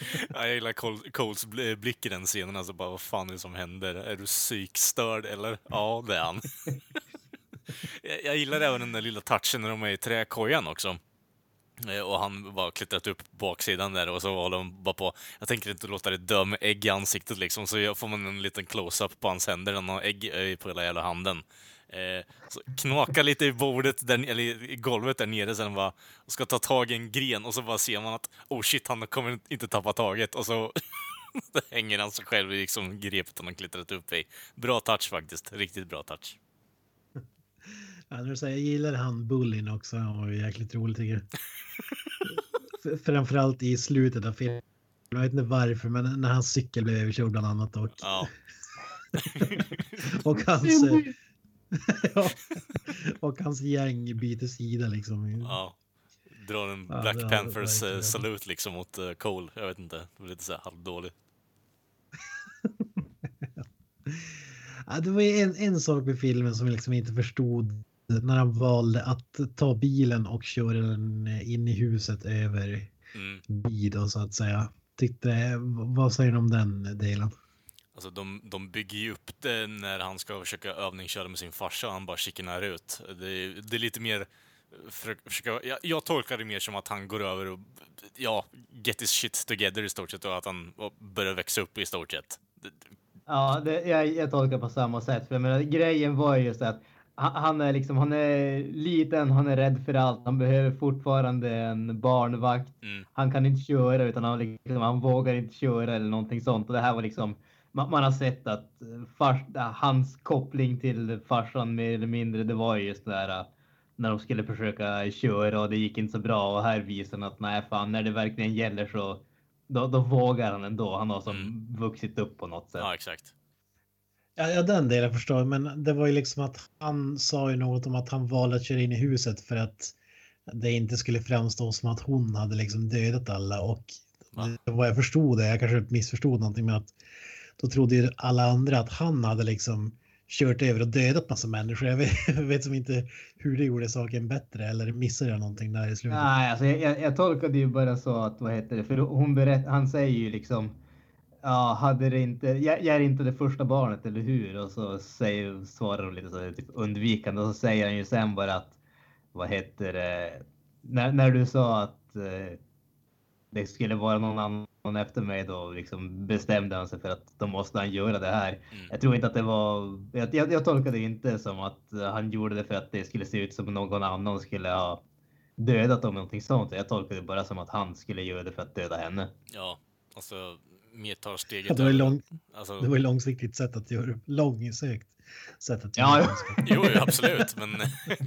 Jag gillar Cole, Coles blick i den scenen, alltså bara vad fan är det som händer? Är du psykstörd eller? Ja, det är han. jag, jag gillar även den där lilla touchen när de är i träkojan också. Och han bara klättrat upp på baksidan där och så håller de bara på. Jag tänker inte låta det dö med ägg i ansiktet liksom, så får man en liten close-up på hans händer. Han har ägg på hela jävla handen. Eh, så knakar lite i bordet, där, eller i golvet där nere sen bara, och ska ta tag i en gren och så bara ser man att oh shit, han kommer inte tappa taget och så hänger han sig själv i liksom grepet han har klättrat upp i. Bra touch faktiskt, riktigt bra touch. Ja, när du säger, jag gillar han Bullin också, han var ju jäkligt rolig tycker jag. Framförallt i slutet av filmen. Jag vet inte varför, men när hans cykel blev överkörd bland annat och, ja. och hans ja, och hans gäng byter sida liksom. Ja. Drar en ja, Black det, Panthers det, det, det. salut liksom mot uh, Cole. Jag vet inte, det var lite så här halvdåligt. Ja, det var ju en, en sak med filmen som jag liksom inte förstod när han valde att ta bilen och köra den in i huset över mm. bilen så att säga. Tyckte, vad säger du om den delen? Alltså de, de bygger ju upp det när han ska försöka övningsköra med sin farsa och han bara chikanar ut. Det, det är lite mer... För, försöka, jag, jag tolkar det mer som att han går över och ja, get his shit together i stort sett och att han börjar växa upp i stort sett. Ja, det, jag, jag tolkar på samma sätt. För jag menar, grejen var ju så att han är liksom, han är liten, han är rädd för allt. Han behöver fortfarande en barnvakt. Mm. Han kan inte köra utan han, liksom, han vågar inte köra eller någonting sånt. Och det här var liksom, man, man har sett att fars, hans koppling till farsan mer eller mindre, det var ju just det där när de skulle försöka köra och det gick inte så bra. Och här visar han att nej fan, när det verkligen gäller så då, då vågar han ändå. Han har som mm. vuxit upp på något sätt. Ja, exakt. Ja, ja, den delen förstår jag, men det var ju liksom att han sa ju något om att han valde att köra in i huset för att det inte skulle framstå som att hon hade liksom dödat alla och det, vad jag förstod det, jag kanske missförstod någonting med att då trodde ju alla andra att han hade liksom kört över och dödat massa människor. Jag vet, jag vet som inte hur det gjorde saken bättre eller missade jag någonting där i slutet. Nej, alltså jag, jag, jag tolkade ju bara så att, vad heter det, för hon berätt, han säger ju liksom ja, hade det inte, jag, jag är inte det första barnet, eller hur? Och så säger, svarar hon lite så typ undvikande och så säger han ju sen bara att, vad heter det, när, när du sa att eh, det skulle vara någon annan efter mig då liksom bestämde han sig för att då måste han göra det här. Mm. Jag tror inte att det var, jag, jag, jag tolkade det inte som att han gjorde det för att det skulle se ut som någon annan skulle ha dödat om någonting sånt. Jag tolkade det bara som att han skulle göra det för att döda henne. Ja, alltså mer tar steget. Ja, det var ju lång, alltså... det var ju långsiktigt sätt att göra långsökt sätt att göra. Ja, jo, absolut, men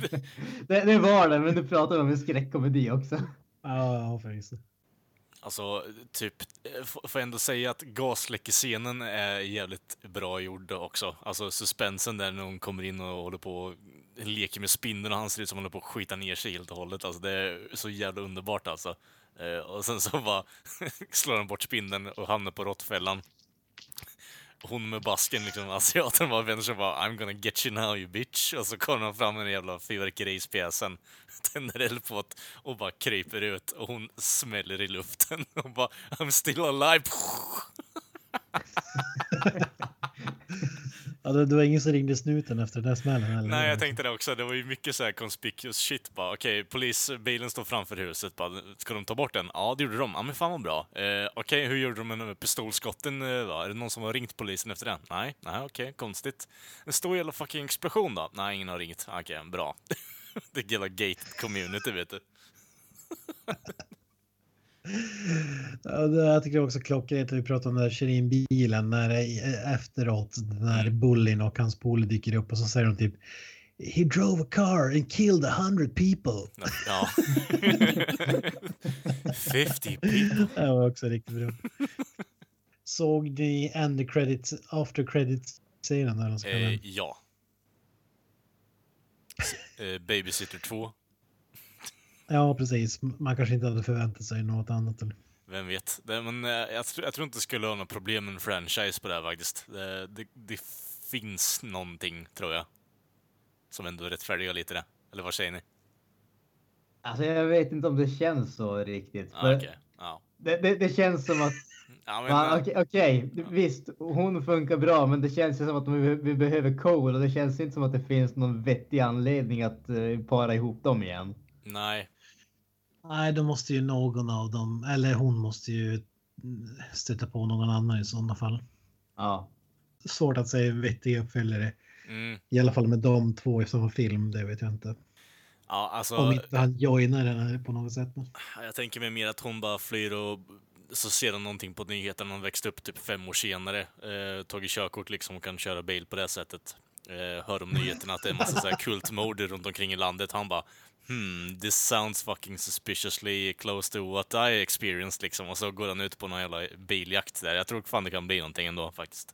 det, det var det, men du pratade om en skräckkomedi också. Ja, förvisso. Alltså, typ, får jag ändå säga att gasläckescenen är jävligt bra gjord också. Alltså suspensen där när hon kommer in och håller på och leker med spindeln och han ser ut som håller på att skita ner sig helt och hållet. Alltså det är så jävla underbart alltså. Och sen så bara slår han bort spindeln och hamnar på råttfällan. Hon med basken, liksom, asiaten bara vänder sig och bara I'm gonna get you now you bitch. Och så kommer han fram med den jävla fyrverkerispjäsen, tänder eld på det och bara kryper ut och hon smäller i luften och bara I'm still alive. Ja, det, det var ingen som ringde snuten efter den där smällen eller? Nej, jag tänkte det också. Det var ju mycket så här conspicuous shit bara. Okej, okay, polisbilen står framför huset. Bara, ska de ta bort den? Ja, det gjorde de. Ja, men fan vad bra. Eh, okej, okay, hur gjorde de med pistolskotten? Eh, då? Är det någon som har ringt polisen efter den? Nej, nej, okej, okay, konstigt. En stor jävla fucking explosion då? Nej, ingen har ringt. Okej, okay, bra. Det gäller gated community, vet du. Ja, det, jag tycker också klockrent att vi pratar om den där Shirin-bilen när efteråt när mm. Bullin och hans polare dyker upp och så säger de typ He drove a car and killed a hundred people. Ja. fifty people. Det var också riktigt bra. Såg ni end credits, after credits-scenen? Eh, ja. eh, Babysitter två. Ja, precis. Man kanske inte hade förväntat sig något annat. Eller? Vem vet. Det, men, jag, tror, jag tror inte det skulle ha något problem med en franchise på det här faktiskt. Det, det, det finns någonting, tror jag, som ändå rättfärdigar lite det. Eller vad säger ni? Alltså jag vet inte om det känns så riktigt. Ah, okay. Ja. Det, det, det känns som att... Ja, men, Ja, okej, okej. Visst, hon funkar bra, men det känns ju som att vi, vi behöver Cole och det känns inte som att det finns någon vettig anledning att uh, para ihop dem igen. Nej. Nej, då måste ju någon av dem, eller hon måste ju stöta på någon annan i sådana fall. Ja. Svårt att säga vettiga uppföljare. Mm. I alla fall med de två i samma film, det vet jag inte. Ja, alltså... Om inte han joinar den här på något sätt. Jag tänker mig mer att hon bara flyr och så ser hon någonting på nyheterna. Hon växte upp typ fem år senare. Eh, tagit körkort liksom och kan köra bil på det sättet. Eh, hör om nyheterna att det är en massa så här kultmord runt omkring i landet. Han bara, hmm, this sounds fucking suspiciously close to what I experienced liksom. Och så går han ut på någon jävla biljakt där. Jag tror fan det kan bli någonting ändå faktiskt.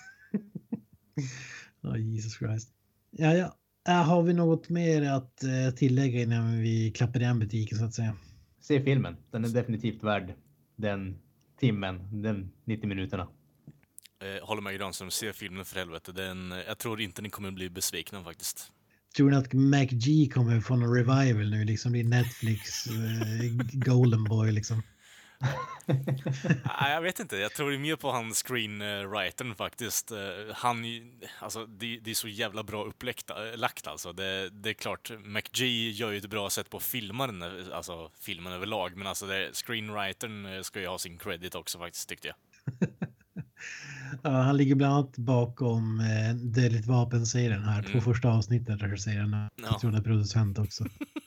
Oh, Jesus Christ. Ja, ja. Äh, har vi något mer att uh, tillägga innan vi klappar igen butiken så att säga? Se filmen. Den är definitivt värd den timmen, den nittio minuterna. Eh, håller med Granström, se filmen för helvete. Den, jag tror inte ni kommer bli besvikna faktiskt. Tror ni att MacG kommer få en revival nu? Liksom blir Netflix uh, Golden Boy liksom? Nej, jag vet inte. Jag tror mer på han screenwritern faktiskt. Han, alltså, det, det är så jävla bra uppläckt lagt alltså. Det, det är klart, MacG gör ju ett bra sätt på filmen, alltså filmen överlag. Men alltså, det, screenwritern ska ju ha sin credit också faktiskt, tyckte jag. Ja, han ligger bland annat bakom eh, Dödligt vapen-serien här. Mm. Två första avsnittet där serien. Ja. Jag tror han är producent också.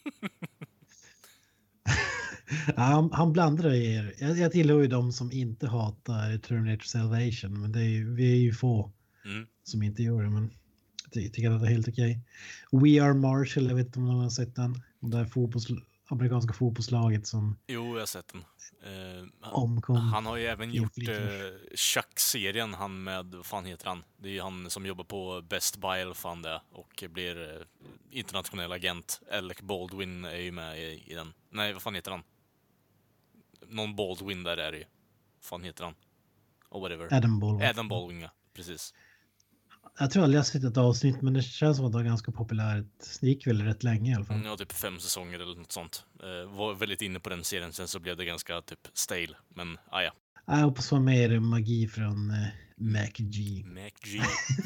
Ja, han, han blandar i er. Jag, jag tillhör ju de som inte hatar Terminator Salvation. Men det är ju, vi är ju få Mm. som inte gör det. Men jag tycker att det är helt okej. We Are Marshall, jag vet inte om någon har sett den. Det där fotbolls, amerikanska fotbollslaget som Jo, jag har sett den. Eh, han, omkom. han har ju även gjort Flickors. eh, Chuck-serien, han med, vad fan heter han? Det är ju han som jobbar på Best Buy eller fan det, och blir eh, internationell agent. Alec Baldwin är ju med i, i den. Nej, vad fan heter han? Någon Baldwin där är det ju. Vad fan heter han? Oh, whatever. Adam Baldwin. Adam Baldwin, ja. Precis. Jag tror aldrig jag har sett ett avsnitt, men det känns som att det var ganska populärt. Det gick väl rätt länge i alla fall. Ja, typ fem säsonger eller något sånt. Eh, var väldigt inne på den serien, sen så blev det ganska typ stale. Men, ah, ja. Jag hoppas på mer magi från eh, MacG. MacG.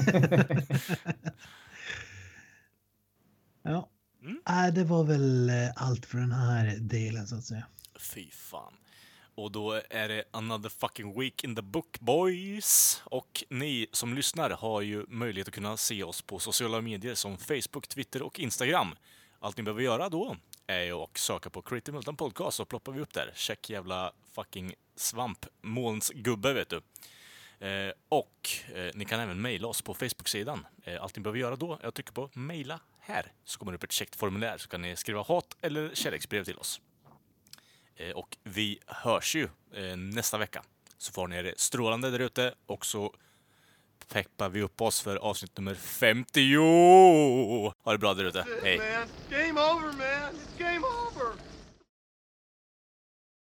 Ja, Mm. äh, det var väl eh, allt för den här delen så att säga. Fy fan. Och då är det another fucking week in the book, boys. Och ni som lyssnar har ju möjlighet att kunna se oss på sociala medier som Facebook, Twitter och Instagram. Allt ni behöver göra då är ju att söka på Creative Multan Podcast, så ploppar vi upp där. Check jävla fucking svampmolnsgubbe, vet du. Eh, och eh, ni kan även mejla oss på Facebook-sidan. Eh, allt ni behöver göra då är att trycka på mejla här. Så kommer det upp ett checkt formulär, så kan ni skriva hat eller kärleksbrev till oss. Eh, och vi hörs ju eh, nästa vecka. Så får ni det strålande där ute, och så peppar vi upp oss för avsnitt nummer femtio. Ha det bra där ute. Hej. Man, it's game over, man. It's game over.